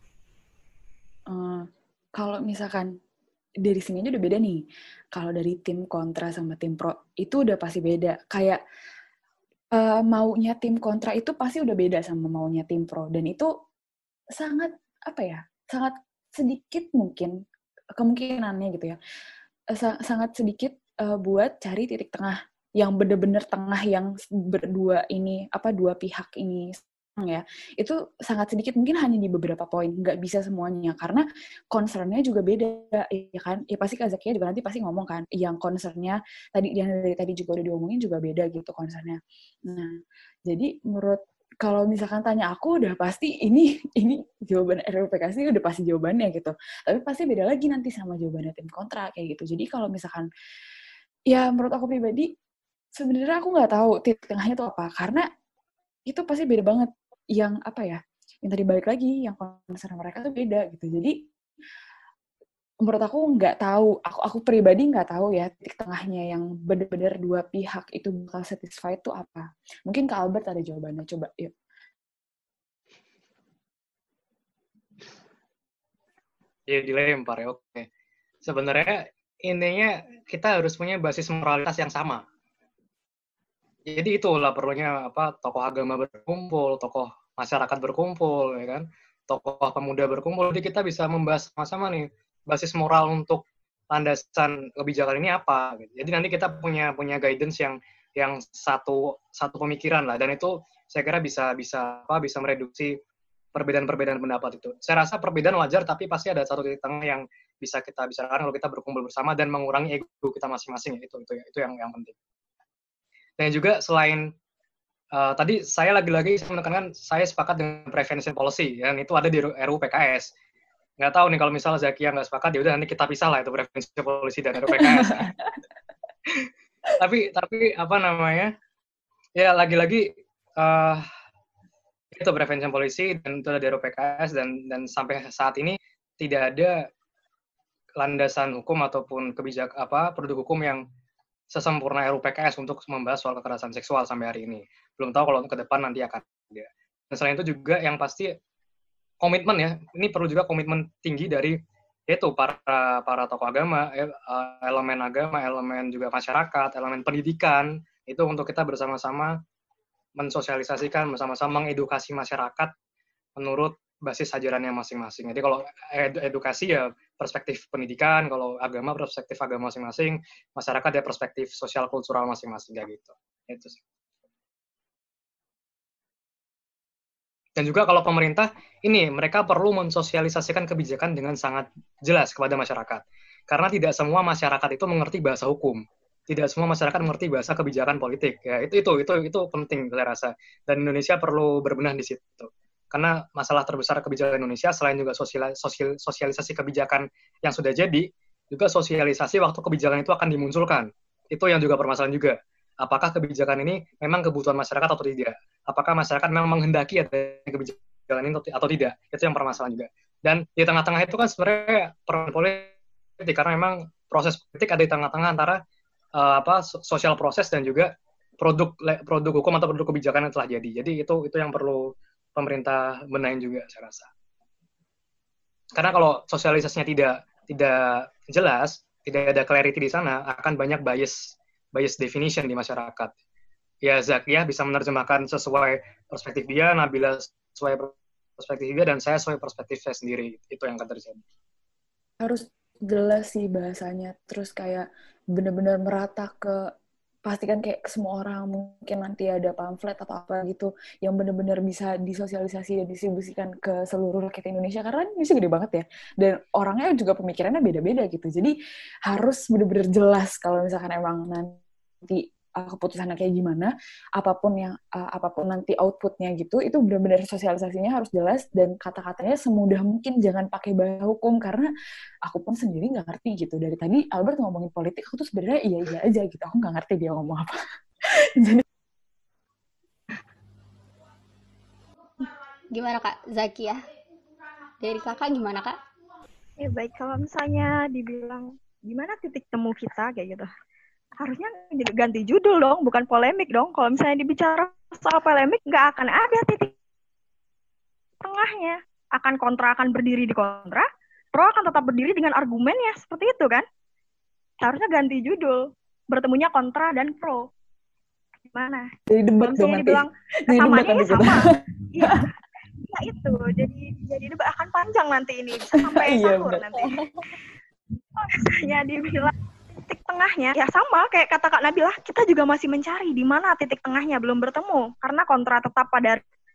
Kalau misalkan dari sini aja udah beda nih. Kalau dari tim kontra sama tim pro itu udah pasti beda. Kayak maunya tim kontra itu pasti udah beda sama maunya tim pro, dan itu sangat sangat sedikit mungkin kemungkinannya gitu ya, sangat sedikit buat cari titik tengah yang bener-bener tengah yang berdua ini dua pihak ini ya, itu sangat sedikit, mungkin hanya di beberapa poin, nggak bisa semuanya karena concernnya juga beda ya kan, ya pasti Kak Zakia juga nanti pasti ngomong kan yang concernnya tadi yang dari tadi juga udah diomongin juga beda gitu concernnya. Nah jadi menurut kalau misalkan tanya aku udah pasti ini jawaban RUU PKS udah pasti jawabannya gitu, tapi pasti beda lagi nanti sama jawabannya tim kontra kayak gitu. Jadi kalau misalkan ya menurut aku pribadi sebenarnya aku nggak tahu titik tengahnya itu apa, karena itu pasti beda banget. Yang yang tadi balik lagi, yang concern mereka tuh beda gitu. Jadi menurut aku nggak tahu, aku pribadi nggak tahu ya titik tengahnya yang benar-benar dua pihak itu bakal satisfied itu apa. Mungkin Kak Albert ada jawabannya, coba yuk. Ya dilempar ya, oke. Sebenarnya intinya kita harus punya basis moralitas yang sama. Jadi itulah perlunya tokoh agama berkumpul, tokoh masyarakat berkumpul, ya kan, tokoh pemuda berkumpul. Jadi kita bisa membahas sama-sama nih basis moral untuk landasan kebijakan ini apa. Jadi nanti kita punya guidance yang satu pemikiran lah, dan itu saya kira bisa mereduksi perbedaan pendapat itu. Saya rasa perbedaan wajar, tapi pasti ada satu titik tengah yang bisa kita bicarakan kalau kita berkumpul bersama dan mengurangi ego kita masing-masing. Itu yang penting. Dan juga selain tadi saya lagi-lagi menekankan saya sepakat dengan prevention policy, yang itu ada di RUU PKS. Nggak tahu nih kalau misalnya Zakia nggak sepakat, ya udah nanti kita pisah lah itu prevention policy dan RUU PKS. tapi ya lagi-lagi itu prevention policy dan itu ada di RUU PKS, dan sampai saat ini tidak ada landasan hukum ataupun produk hukum yang sesempurna RUU PKS untuk membahas soal kekerasan seksual sampai hari ini. Belum tahu kalau ke depan nanti akan ada. Dan selain itu juga yang pasti komitmen ya, ini perlu juga komitmen tinggi dari itu para tokoh agama, elemen juga masyarakat, elemen pendidikan, itu untuk kita bersama-sama mensosialisasikan, bersama-sama mengedukasi masyarakat menurut basis ajarannya masing-masing. Jadi kalau edukasi ya perspektif pendidikan, kalau agama perspektif agama masing-masing, masyarakat ya perspektif sosial kultural masing-masing kayak gitu. Itu sih. Dan juga kalau pemerintah ini mereka perlu mensosialisasikan kebijakan dengan sangat jelas kepada masyarakat. Karena tidak semua masyarakat itu mengerti bahasa hukum. Tidak semua masyarakat mengerti bahasa kebijakan politik. Ya, itu penting saya rasa. Dan Indonesia perlu berbenah di situ. Karena masalah terbesar kebijakan Indonesia selain juga sosialisasi kebijakan yang sudah jadi, juga sosialisasi waktu kebijakan itu akan dimunculkan. Itu yang juga permasalahan juga. Apakah kebijakan ini memang kebutuhan masyarakat atau tidak? Apakah masyarakat memang menghendaki ada kebijakan ini atau tidak? Itu yang permasalahan juga. Dan di tengah-tengah itu kan sebenarnya peran politik, karena memang proses politik ada di tengah-tengah antara sosial proses dan juga produk hukum atau produk kebijakan yang telah jadi. Jadi itu yang perlu pemerintah benahin juga saya rasa. Karena kalau sosialisasinya tidak jelas, tidak ada clarity di sana, akan banyak bias definition di masyarakat. Ya Zakia bisa menerjemahkan sesuai perspektif dia, Nabila sesuai perspektif dia, dan saya sesuai perspektif saya sendiri. Itu yang akan terjadi. Harus jelas sih bahasanya, terus kayak benar-benar merata ke pastikan kayak semua orang mungkin nanti ada pamflet atau apa gitu yang benar-benar bisa disosialisasi dan distribusikan ke seluruh rakyat Indonesia karena Indonesia gede banget ya dan orangnya juga pemikirannya beda-beda gitu jadi harus benar-benar jelas kalau misalkan emang nanti keputusannya kayak gimana apapun nanti outputnya gitu itu benar-benar sosialisasinya harus jelas dan kata-katanya semudah mungkin jangan pakai bahasa hukum karena aku pun sendiri nggak ngerti gitu dari tadi Albert ngomongin politik aku tuh sebenarnya iya aja gitu aku nggak ngerti dia ngomong apa jadi Gimana Kak Zakia? Dari Kakak gimana Kak? Ya baik, kalau misalnya dibilang gimana titik temu kita kayak gitu. Harusnya ganti judul dong, bukan polemik dong. Kalau misalnya dibicara soal polemik, nggak akan ada titik tengahnya. Akan kontra akan berdiri di kontra, pro akan tetap berdiri dengan argumennya. Seperti itu kan? Harusnya ganti judul. Bertemunya kontra dan pro. Gimana? jadi debat Kalau dong misalnya nanti dibilang jadi debat kesamaannya nanti ya kita sama. Iya. Ya itu. Jadi debat akan panjang nanti ini. Bisa sampai iya sahur benar nanti. Kalau misalnya dibilang titik tengahnya ya sama kayak kata Kak Nabilah kita juga masih mencari di mana titik tengahnya belum bertemu karena kontra tetap pada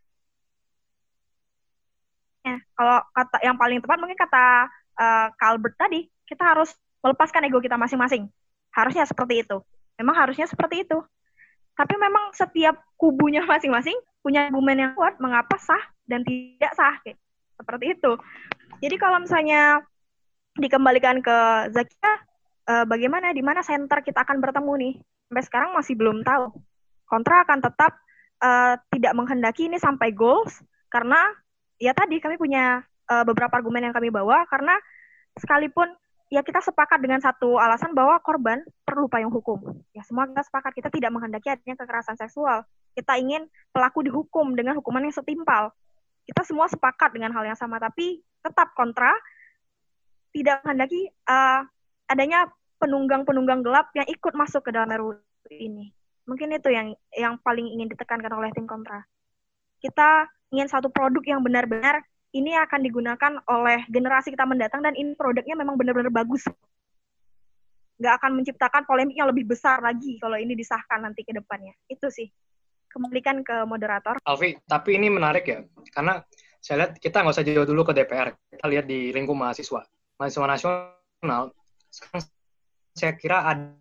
kalau kata yang paling tepat mungkin kata Kak Albert tadi kita harus melepaskan ego kita masing-masing harusnya seperti itu memang harusnya seperti itu tapi memang setiap kubunya masing-masing punya argumen yang kuat mengapa sah dan tidak sah kayak seperti itu jadi kalau misalnya dikembalikan ke Zakia bagaimana di mana center kita akan bertemu nih sampai sekarang masih belum tahu kontra akan tetap tidak menghendaki ini sampai goals karena ya tadi kami punya beberapa argumen yang kami bawa karena sekalipun ya kita sepakat dengan satu alasan bahwa korban perlu payung hukum ya semua kita sepakat kita tidak menghendaki adanya kekerasan seksual kita ingin pelaku dihukum dengan hukuman yang setimpal kita semua sepakat dengan hal yang sama tapi tetap kontra tidak menghendaki adanya penunggang-penunggang gelap yang ikut masuk ke dalam RUU ini. Mungkin itu yang paling ingin ditekankan oleh tim kontra. Kita ingin satu produk yang benar-benar ini akan digunakan oleh generasi kita mendatang dan ini produknya memang benar-benar bagus. Nggak akan menciptakan polemik yang lebih besar lagi kalau ini disahkan nanti ke depannya. Itu sih. Kembalikan ke moderator. Alfi, tapi ini menarik ya, karena saya lihat kita nggak usah jauh dulu ke DPR, kita lihat di lingkup mahasiswa nasional, sekarang saya kira ada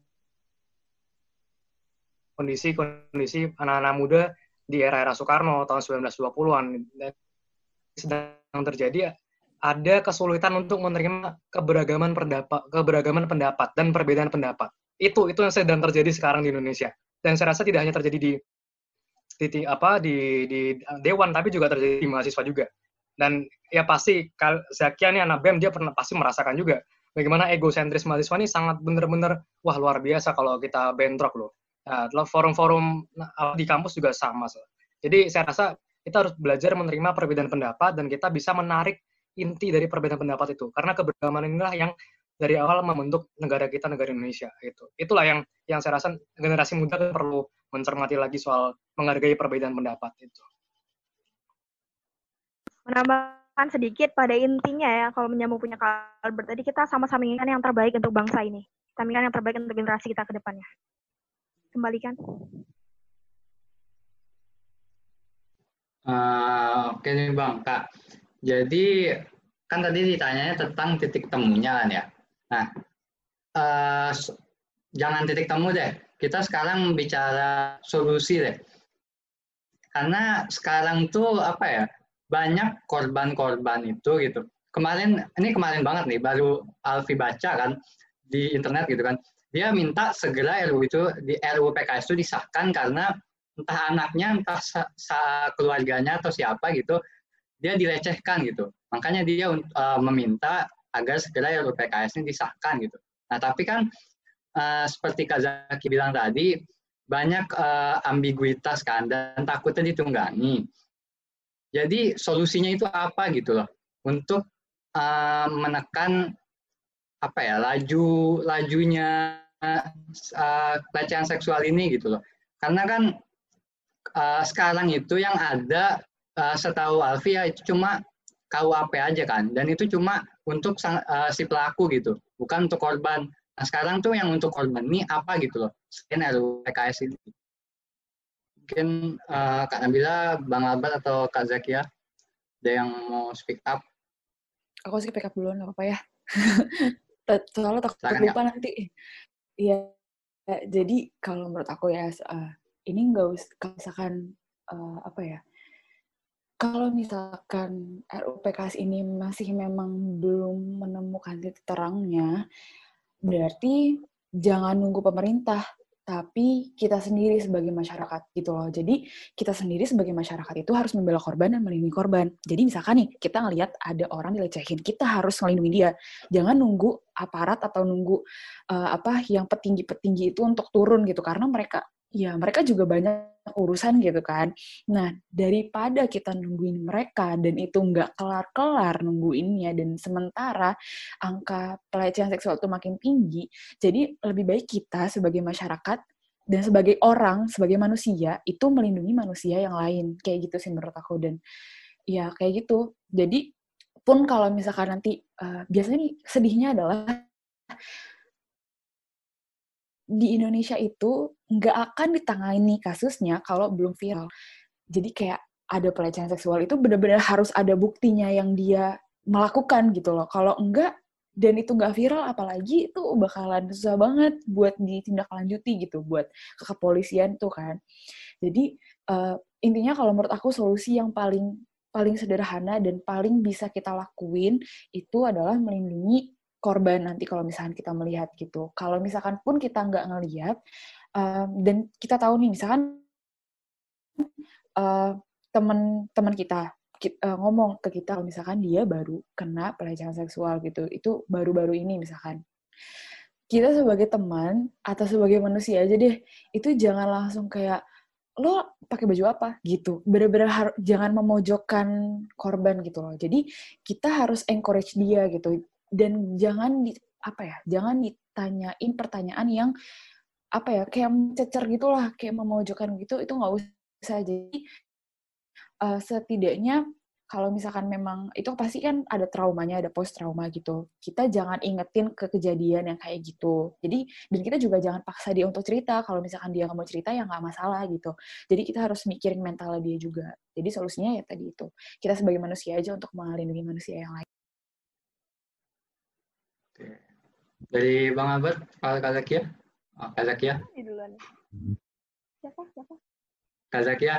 kondisi anak-anak muda di era Soekarno tahun 1920-an sedang terjadi ada kesulitan untuk menerima keberagaman pendapat dan perbedaan pendapat. Itu yang sedang terjadi sekarang di Indonesia. Dan saya rasa tidak hanya terjadi di dewan tapi juga terjadi di mahasiswa juga. Dan ya pasti Zakia nih anak BEM dia pasti merasakan juga bagaimana egosentris mahasiswa ini sangat benar-benar wah luar biasa kalau kita bentrok loh. Nah, forum-forum di kampus juga sama. Jadi saya rasa kita harus belajar menerima perbedaan pendapat dan kita bisa menarik inti dari perbedaan pendapat itu. Karena keberagaman inilah yang dari awal membentuk negara kita, negara Indonesia. Itulah yang saya rasa generasi muda perlu mencermati lagi soal menghargai perbedaan pendapat itu. Menambahkan sedikit pada intinya ya, kalau menyambung punya Kak Albert tadi, kita sama-sama inginkan yang terbaik untuk bangsa ini. Kita inginkan yang terbaik untuk generasi kita ke depannya. Kembalikan. Oke nih Bang, Kak. Jadi kan tadi ditanyanya tentang titik temunya kan ya. Nah, jangan titik temu deh. Kita sekarang bicara solusi deh. Karena sekarang tuh apa ya? Banyak korban-korban itu gitu. Kemarin banget nih, baru Alfi baca kan di internet gitu kan. Dia minta segera RUU PKS itu disahkan karena entah anaknya, entah keluarganya atau siapa gitu, dia dilecehkan gitu. Makanya dia meminta agar segera RUU PKS ini disahkan gitu. Nah tapi kan seperti Kak Zaki bilang tadi, banyak ambiguitas kan dan takutnya ditunggangi. Jadi solusinya itu apa gitu loh untuk menekan apa ya lajunya pelecehan seksual ini gitu loh. Karena kan sekarang itu yang ada setahu Alfi ya itu cuma KUHP aja kan dan itu cuma untuk si pelaku gitu, bukan untuk korban. Nah, sekarang tuh yang untuk korban ini apa gitu loh, selain RUU PKS ini. Mungkin Kak Nabila, Bang Albert, atau Kak Zakia, ada yang mau speak up? Aku sih pick up duluan, nggak apa-apa ya. Soalnya takut Silakan, lupa nanti. Iya, jadi kalau menurut aku ya, ini nggak usah, misalkan apa ya, kalau misalkan RUU PKS ini masih memang belum menemukan titik terangnya, berarti jangan nunggu pemerintah, tapi kita sendiri sebagai masyarakat gitu loh. Jadi kita sendiri sebagai masyarakat itu harus membela korban dan melindungi korban. Jadi misalkan nih, kita ngelihat ada orang dilecehin, kita harus melindungi dia. Jangan nunggu aparat atau nunggu yang petinggi-petinggi itu untuk turun gitu, karena mereka juga banyak urusan gitu kan. Nah, daripada kita nungguin mereka dan itu nggak kelar-kelar nungguinnya, dan sementara angka pelecehan seksual itu makin tinggi, jadi lebih baik kita sebagai masyarakat dan sebagai orang, sebagai manusia, itu melindungi manusia yang lain. Kayak gitu sih menurut aku. Dan ya kayak gitu. Jadi pun kalau misalkan nanti, biasanya nih sedihnya adalah di Indonesia itu nggak akan ditangani kasusnya kalau belum viral. Jadi kayak ada pelecehan seksual itu benar-benar harus ada buktinya yang dia melakukan gitu loh. Kalau enggak, dan itu nggak viral, apalagi itu bakalan susah banget buat ditindaklanjuti gitu, buat ke kepolisian tuh kan. Jadi intinya kalau menurut aku solusi yang paling sederhana dan paling bisa kita lakuin itu adalah melindungi korban nanti kalau misalkan kita melihat gitu. Kalau misalkan pun kita nggak ngelihat, dan kita tahu nih misalkan teman-teman kita ngomong ke kita kalau misalkan dia baru kena pelecehan seksual gitu, itu baru-baru ini misalkan. Kita sebagai teman atau sebagai manusia aja deh, itu jangan langsung kayak, lo pakai baju apa gitu. Bener-bener jangan memojokkan korban gitu loh. Jadi kita harus encourage dia gitu. Dan jangan jangan ditanyain pertanyaan yang kayak mencecer gitulah, kayak memojokkan gitu, itu nggak usah. Jadi setidaknya kalau misalkan memang itu pasti kan ada traumanya, ada post trauma gitu. Kita jangan ingetin ke kejadian yang kayak gitu. Jadi, dan kita juga jangan paksa dia untuk cerita. Kalau misalkan dia nggak mau cerita, ya nggak masalah gitu. Jadi kita harus mikirin mentalnya dia juga. Jadi solusinya ya tadi itu. Kita sebagai manusia aja untuk melindungi manusia yang lain. Dari Bang Albert, Kak Zakia? Kak Zakia? Duluan. Siapa? Kak Zakia?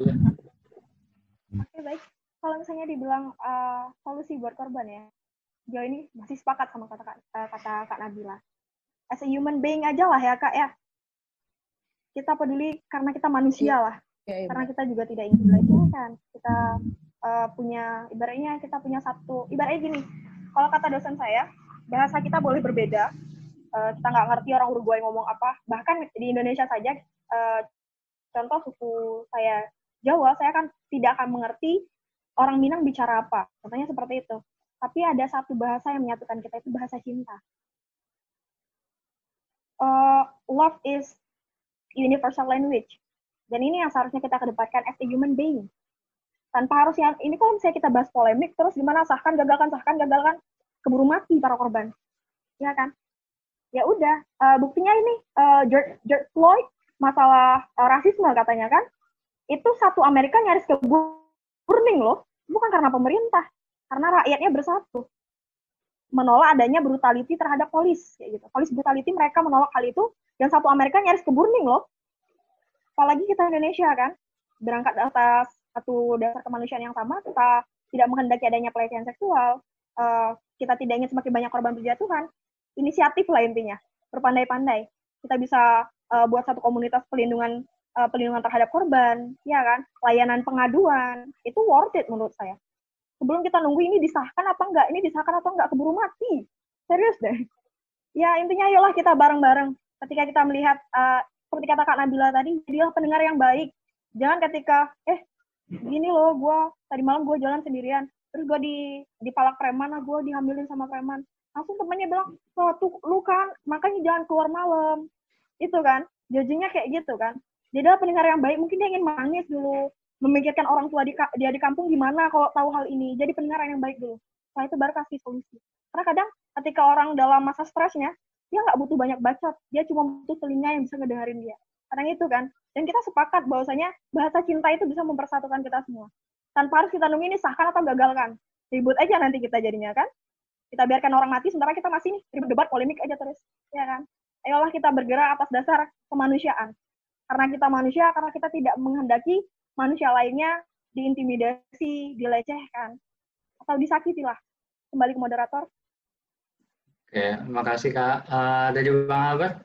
Oke, baik. Kalau misalnya dibilang solusi buat korban ya, sejauh ini masih sepakat sama kata Kak Nabila. As a human being aja lah ya Kak ya. Kita peduli karena kita manusia lah. Karena kita juga tidak ingin dilecehkan. Kita ibaratnya kita punya ibaratnya gini, kalau kata dosen saya, bahasa kita boleh berbeda. Kita nggak ngerti orang Uruguay ngomong apa. Bahkan di Indonesia saja, contoh suku saya Jawa, saya kan tidak akan mengerti orang Minang bicara apa, contohnya seperti itu. Tapi ada satu bahasa yang menyatukan kita, itu bahasa cinta. Love is universal language. Dan ini yang seharusnya kita kedepankan as a human being. Tanpa harus ini kalau misalnya kita bahas polemik, terus gimana sahkan, gagalkan, keburu mati para korban. Ya kan? Ya udah, buktinya ini, George Floyd, masalah rasisme katanya kan, itu satu Amerika nyaris ke burning loh, bukan karena pemerintah, karena rakyatnya bersatu menolak adanya brutality terhadap polis, kayak gitu. Polis brutality, mereka menolak hal itu, dan satu Amerika nyaris ke burning loh. Apalagi kita Indonesia kan, berangkat atas satu dasar kemanusiaan yang sama, kita tidak menghendaki adanya pelecehan seksual, kita tidak ingin semakin banyak korban berjatuhan. Inisiatif lah intinya, berpandai-pandai. Kita bisa buat satu komunitas pelindungan terhadap korban, ya kan? Layanan pengaduan, itu worth it menurut saya. Sebelum kita nunggu ini disahkan apa enggak, keburu mati. Serius deh. Ya intinya ayolah kita bareng-bareng. Ketika kita melihat, seperti kata Kak Nabila tadi, jadilah pendengar yang baik. Jangan ketika, gini loh, tadi malam gue jalan sendirian, terus gue dipalak preman, gue dihamilin sama preman. Langsung temennya bilang, tuh lu kan, makanya jangan keluar malam. Itu kan, judging-nya kayak gitu kan. Dia adalah pendengar yang baik, mungkin dia ingin menangis dulu, memikirkan orang tua dia di kampung gimana kalau tahu hal ini. Jadi pendengar yang baik dulu. Setelah itu baru kasih solusi. Karena kadang ketika orang dalam masa stresnya, dia nggak butuh banyak bacot, dia cuma butuh telinga yang bisa ngedengerin dia. Karena itu kan, dan kita sepakat bahwasanya bahasa cinta itu bisa mempersatukan kita semua. Tanpa harus kita nunggu ini sahkan atau gagalkan. Ribut aja nanti kita jadinya kan. Kita biarkan orang mati, sementara kita masih nih ribut debat, polemik aja terus. Ya kan? Ayolah kita bergerak atas dasar kemanusiaan. Karena kita manusia, karena kita tidak menghendaki manusia lainnya diintimidasi, dilecehkan, atau disakiti lah. Kembali ke moderator. Oke, terima kasih Kak. Dari Bang Albert?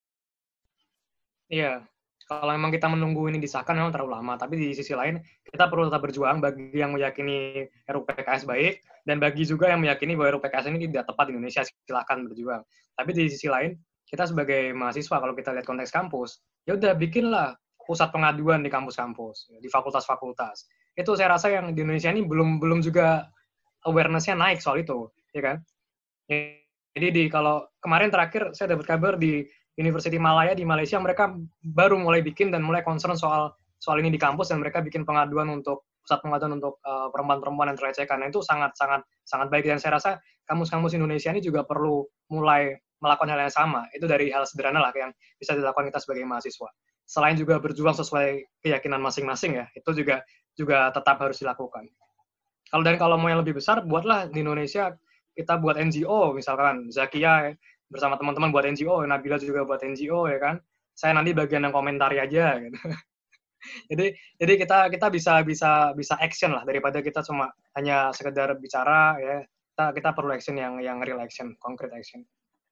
Iya, kalau memang kita menunggu ini disahkan memang terlalu lama, tapi di sisi lain kita perlu tetap berjuang bagi yang meyakini RUU PKS baik, dan bagi juga yang meyakini bahwa RUU PKS ini tidak tepat di Indonesia, silakan berjuang. Tapi di sisi lain, kita sebagai mahasiswa, kalau kita lihat konteks kampus, ya udah bikinlah pusat pengaduan di kampus-kampus, di fakultas-fakultas. Itu saya rasa yang di Indonesia ini belum juga awareness-nya naik soal itu, ya kan? Jadi kalau kemarin terakhir saya dapat kabar di University Malaya di Malaysia, mereka baru mulai bikin dan mulai concern soal ini di kampus, dan mereka bikin pengaduan untuk pusat pengaduan untuk perempuan-perempuan yang terlecehkan. Nah, itu sangat baik, dan saya rasa kampus-kampus Indonesia ini juga perlu mulai melakukan hal yang sama. Itu dari hal sederhana lah yang bisa dilakukan kita sebagai mahasiswa. Selain juga berjuang sesuai keyakinan masing-masing ya, itu juga tetap harus dilakukan. Kalau mau yang lebih besar, buatlah di Indonesia, kita buat NGO, misalkan Zakia bersama teman-teman buat NGO, Nabila juga buat NGO, ya kan. Saya nanti bagian yang komentari aja gitu. jadi kita bisa action lah, daripada kita cuma hanya sekedar bicara ya. Kita perlu action yang real action, concrete action.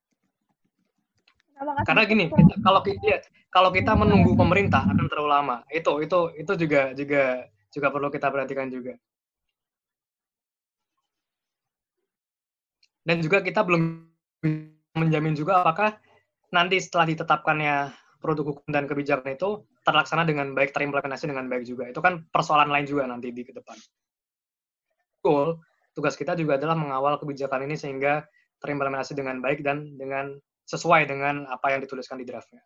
Karena gini, kalau kita menunggu pemerintah akan terlalu lama. Itu juga perlu kita perhatikan juga. Dan juga kita belum menjamin juga apakah nanti setelah ditetapkannya produk hukum dan kebijakan itu terlaksana dengan baik, terimplementasi dengan baik juga. Itu kan persoalan lain juga nanti di ke depan. Tugas kita juga adalah mengawal kebijakan ini sehingga terimplementasi dengan baik dan dengan sesuai dengan apa yang dituliskan di draftnya.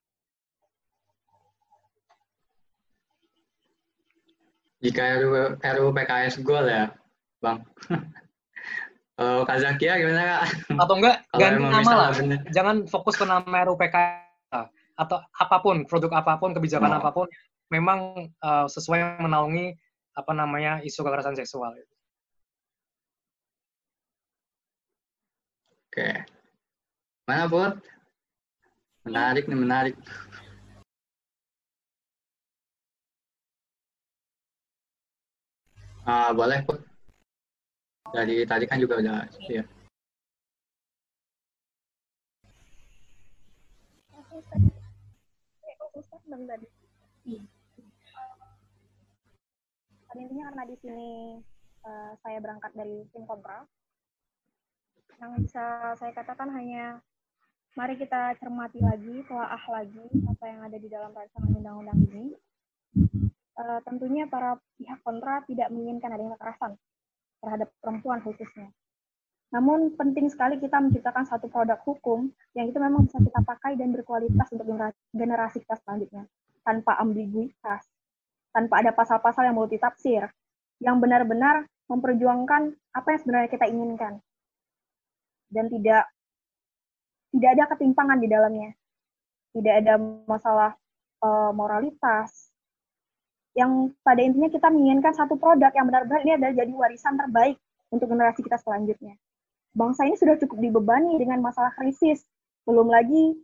Jika RUU PKS goal ya, Bang. Kak Zakia gimana Kak? Atau enggak ganti nama lah. Bener. Jangan fokus ke nama RUU PKS atau apapun, produk apapun, kebijakan apapun, memang sesuai menaungi isu kekerasan seksual. Oke. Mana Put? Menarik. Boleh Put. Dari tadi kan juga udah ya. Pada intinya karena di sini saya berangkat dari tim kontra, yang bisa saya katakan hanya mari kita cermati lagi, telaah lagi apa yang ada di dalam rancangan undang-undang ini. Tentunya para pihak kontra tidak menginginkan adanya kekerasan terhadap perempuan khususnya. Namun penting sekali kita menciptakan satu produk hukum yang itu memang bisa kita pakai dan berkualitas untuk generasi kita selanjutnya, tanpa ambiguitas, tanpa ada pasal-pasal yang multitafsir, yang benar-benar memperjuangkan apa yang sebenarnya kita inginkan, dan tidak ada ketimpangan di dalamnya, tidak ada masalah moralitas. Yang pada intinya kita menginginkan satu produk yang benar-benar ini adalah jadi warisan terbaik untuk generasi kita selanjutnya. Bangsa ini sudah cukup dibebani dengan masalah krisis, belum lagi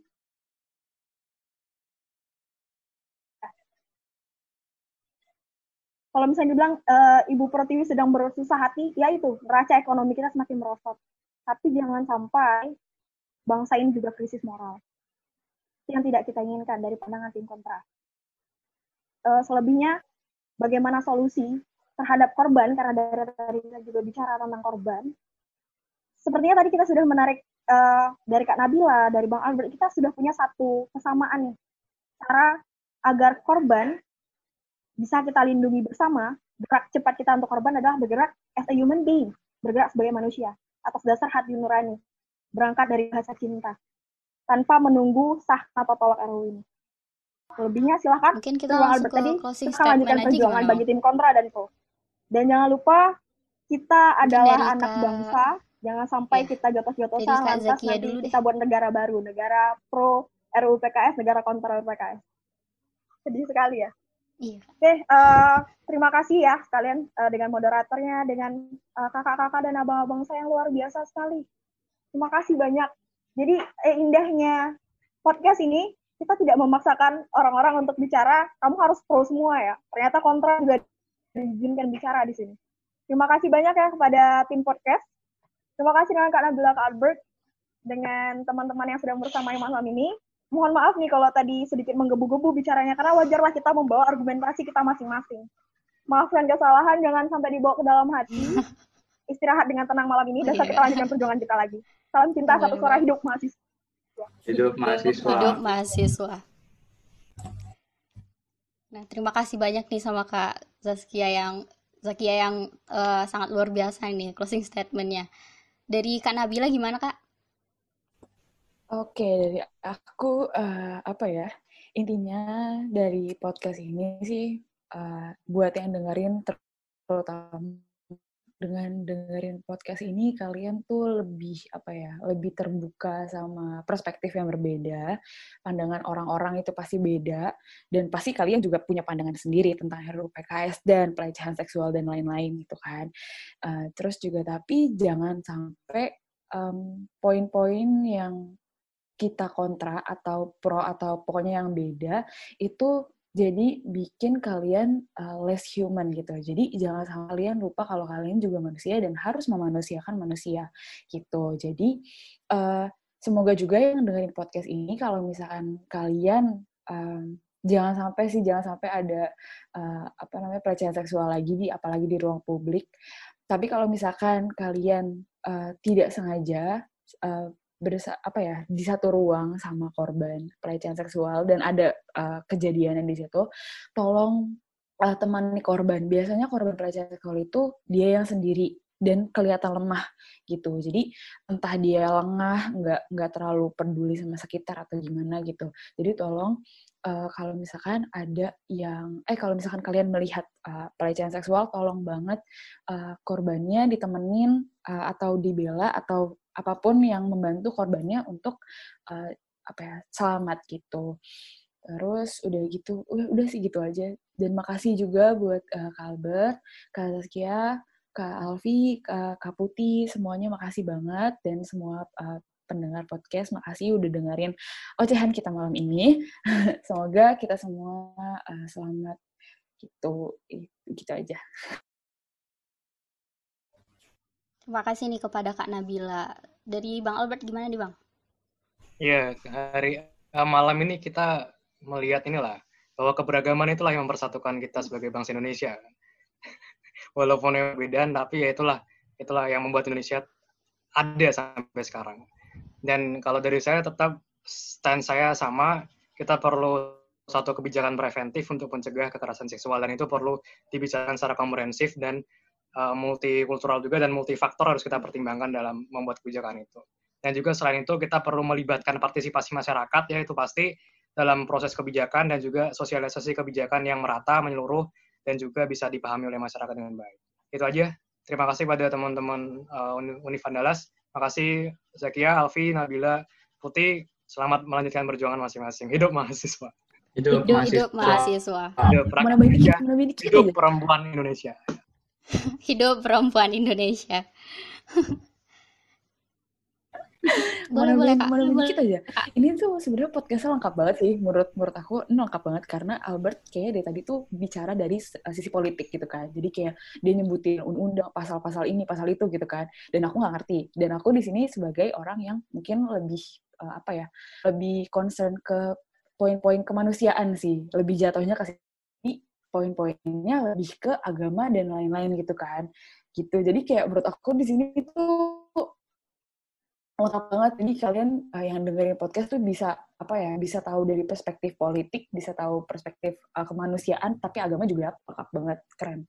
kalau misalnya dibilang Ibu Pertiwi sedang bersusah hati, ya itu, neraca ekonomi kita semakin merosot. Tapi jangan sampai bangsa ini juga krisis moral. Itu yang tidak kita inginkan dari pandangan tim kontra. Selebihnya, bagaimana solusi terhadap korban, karena dari tadi kita juga bicara tentang korban. Sepertinya tadi kita sudah menarik dari Kak Nabila, dari Bang Albert, kita sudah punya satu kesamaan nih. Cara agar korban bisa kita lindungi bersama, gerak cepat kita untuk korban adalah bergerak as a human being, bergerak sebagai manusia, atas dasar hati nurani, berangkat dari bahasa cinta, tanpa menunggu sah atau tolak RUU ini. Lebihnya silahkan. Mungkin kita langsung ke closing statement lanjutkan aja perjuangan gimana? bagi tim kontra dan pro. Dan jangan lupa kita adalah anak bangsa Jangan sampai Ya. kita Jadi jotos-jotosan Kak lantas Zakia nanti dulu deh. kita buat negara baru, negara pro RUU PKS, negara kontra RUU PKS. Sedih sekali ya. Iya. Oke, terima kasih ya sekalian dengan moderatornya, dengan kakak-kakak dan abang-abang saya yang luar biasa sekali. Terima kasih banyak. Jadi indahnya podcast ini, kita tidak memaksakan orang-orang untuk bicara, kamu harus pro semua ya. Ternyata kontra juga diizinkan bicara di sini. Terima kasih banyak ya kepada tim podcast. Terima kasih dengan Kak Nabila, Kak Albert, dengan teman-teman yang sedang bersama malam ini. Mohon maaf nih kalau tadi sedikit menggebu-gebu bicaranya, karena wajarlah kita membawa argumentasi kita masing-masing. Maafkan kesalahan, jangan sampai dibawa ke dalam hati. Istirahat dengan tenang malam ini, besok kita lanjutkan perjuangan kita lagi. Salam cinta, satu suara, hidup mahasiswa. Hidup mahasiswa. Hidup mahasiswa. Nah, terima kasih banyak nih sama Kak Zakia yang sangat luar biasa nih closing statement-nya. Dari Kak Nabila gimana, Kak? Oke, dari aku apa ya? Intinya dari podcast ini sih buat yang dengerin terutama dengan dengerin podcast ini kalian tuh lebih apa ya? Lebih terbuka sama perspektif yang berbeda. Pandangan orang-orang itu pasti beda dan pasti kalian juga punya pandangan sendiri tentang RUU PKS dan pelecehan seksual dan lain-lain gitu kan. Terus juga tapi jangan sampai poin-poin yang kita kontra atau pro atau pokoknya yang beda itu jadi bikin kalian less human gitu. Jadi jangan sampai kalian lupa kalau kalian juga manusia dan harus memanusiakan manusia gitu. Jadi semoga juga yang dengerin podcast ini kalau misalkan kalian jangan sampai ada pelecehan seksual lagi apalagi di ruang publik. Tapi kalau misalkan kalian tidak sengaja di satu ruang sama korban pelecehan seksual dan ada kejadian yang di situ, tolong temani korban. Biasanya korban pelecehan seksual itu dia yang sendiri dan kelihatan lemah gitu. Jadi entah dia lengah, nggak terlalu peduli sama sekitar atau gimana gitu. Jadi tolong kalau misalkan kalau misalkan kalian melihat pelecehan seksual, tolong banget korbannya ditemenin atau dibela atau apapun yang membantu korbannya untuk selamat gitu. Terus udah gitu, udah sih gitu aja. Dan makasih juga buat Kak Albert, Kak Zaskia, Kak Alfi, Kak Putih, semuanya makasih banget dan semua pendengar podcast, makasih udah dengerin ocehan kita malam ini. Semoga kita semua selamat gitu. Gitu aja. Terima kasih nih kepada Kak Nabila. Dari Bang Albert gimana nih, Bang? Iya, malam ini kita melihat inilah bahwa keberagaman itulah yang mempersatukan kita sebagai bangsa Indonesia. Walaupun yang beda, tapi ya itulah yang membuat Indonesia ada sampai sekarang. Dan kalau dari saya tetap stand saya sama, kita perlu satu kebijakan preventif untuk mencegah kekerasan seksual dan itu perlu dibicarakan secara komprehensif dan multikultural juga dan multifaktor harus kita pertimbangkan dalam membuat kebijakan itu. Dan juga selain itu kita perlu melibatkan partisipasi masyarakat, yaitu pasti dalam proses kebijakan dan juga sosialisasi kebijakan yang merata, menyeluruh, dan juga bisa dipahami oleh masyarakat dengan baik. Itu aja. Terima kasih pada teman-teman Univ Andalas. Terima kasih Zakia, Alfi, Nabila, Putih. Selamat melanjutkan perjuangan masing-masing. Hidup mahasiswa. Hidup Hidup mahasiswa. mahasiswa. Hidup rakyat Indonesia. Hidup aja. perempuan Indonesia. Hidup perempuan Indonesia. boleh Kak. Dikit aja. Ini tuh sebenarnya podcastnya lengkap banget sih. Menurut aku ini lengkap banget karena Albert kayaknya dari tadi tuh bicara dari sisi politik gitu kan. Jadi kayak dia nyebutin undang-undang pasal-pasal ini, pasal itu gitu kan. Dan aku nggak ngerti. Dan aku di sini sebagai orang yang mungkin lebih lebih concern ke poin-poin kemanusiaan sih. Lebih jatuhnya ke sini, poin-poinnya lebih ke agama dan lain-lain gitu kan. Gitu. Jadi kayak menurut aku di sini tuh lengkap banget. Jadi kalian yang dengerin podcast tuh bisa bisa tahu dari perspektif politik, bisa tahu perspektif kemanusiaan, tapi agama juga lengkap banget, keren.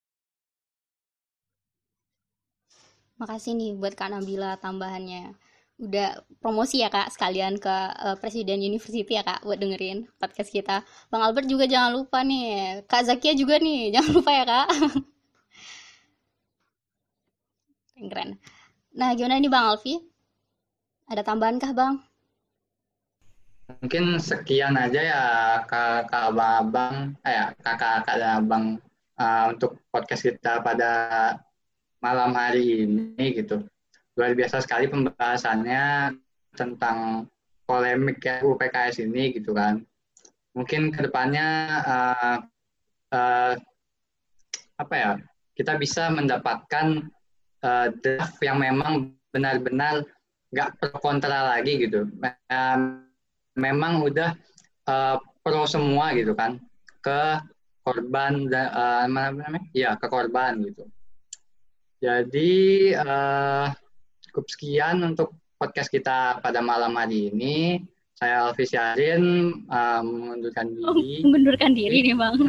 Makasih nih buat Kak Nabila tambahannya. udah promosi ya Kak, sekalian ke Presiden University ya Kak buat dengerin podcast kita. Bang Albert juga jangan lupa nih, Kak Zakia juga nih, jangan lupa ya Kak. Keren. Nah, gimana nih Bang Alfi? Ada tambahan kah Bang? Mungkin sekian aja ya kakak abang, kakak dan abang untuk podcast kita pada malam hari ini gitu. Luar biasa sekali pembahasannya tentang polemik ya UPKS ini gitu kan. Mungkin kedepannya kita bisa mendapatkan draft yang memang benar-benar nggak pro kontra lagi gitu. Memang udah pro semua gitu kan ke korban ke korban gitu. Jadi cukup sekian untuk podcast kita pada malam hari ini. Saya Alfi Syarin mengundurkan diri. Mengundurkan diri nih Bang.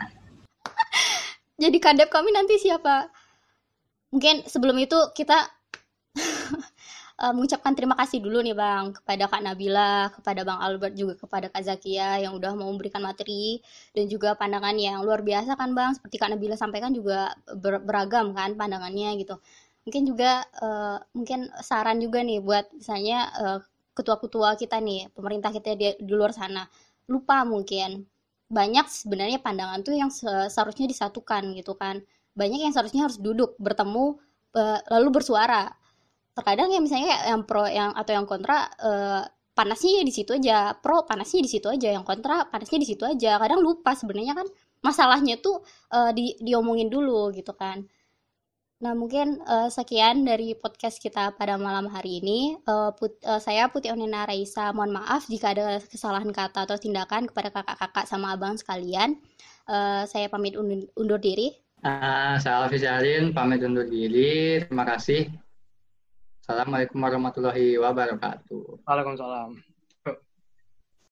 Jadi kadep kami nanti siapa? Mungkin sebelum itu kita mengucapkan terima kasih dulu nih Bang kepada Kak Nabila, kepada Bang Albert, juga kepada Kak Zakia yang udah mau memberikan materi dan juga pandangan yang luar biasa kan Bang, seperti Kak Nabila sampaikan juga beragam kan pandangannya gitu. Mungkin juga mungkin saran juga nih buat misalnya ketua-ketua kita nih, pemerintah kita di luar sana, lupa mungkin banyak sebenarnya pandangan tuh yang seharusnya disatukan gitu kan. Banyak yang seharusnya harus duduk bertemu lalu bersuara. Terkadang ya misalnya kayak yang pro atau yang kontra panasnya di situ aja, pro panasnya di situ aja, yang kontra panasnya di situ aja. Kadang lupa sebenarnya kan masalahnya tuh diomongin dulu gitu kan. Nah mungkin sekian dari podcast kita pada malam hari ini. Saya Putih Onina Raisa, mohon maaf jika ada kesalahan kata atau tindakan kepada kakak-kakak sama abang sekalian. Saya pamit undur diri. Saya Alfi Syarin pamit undur diri. Terima kasih. Assalamualaikum warahmatullahi wabarakatuh. Waalaikumsalam.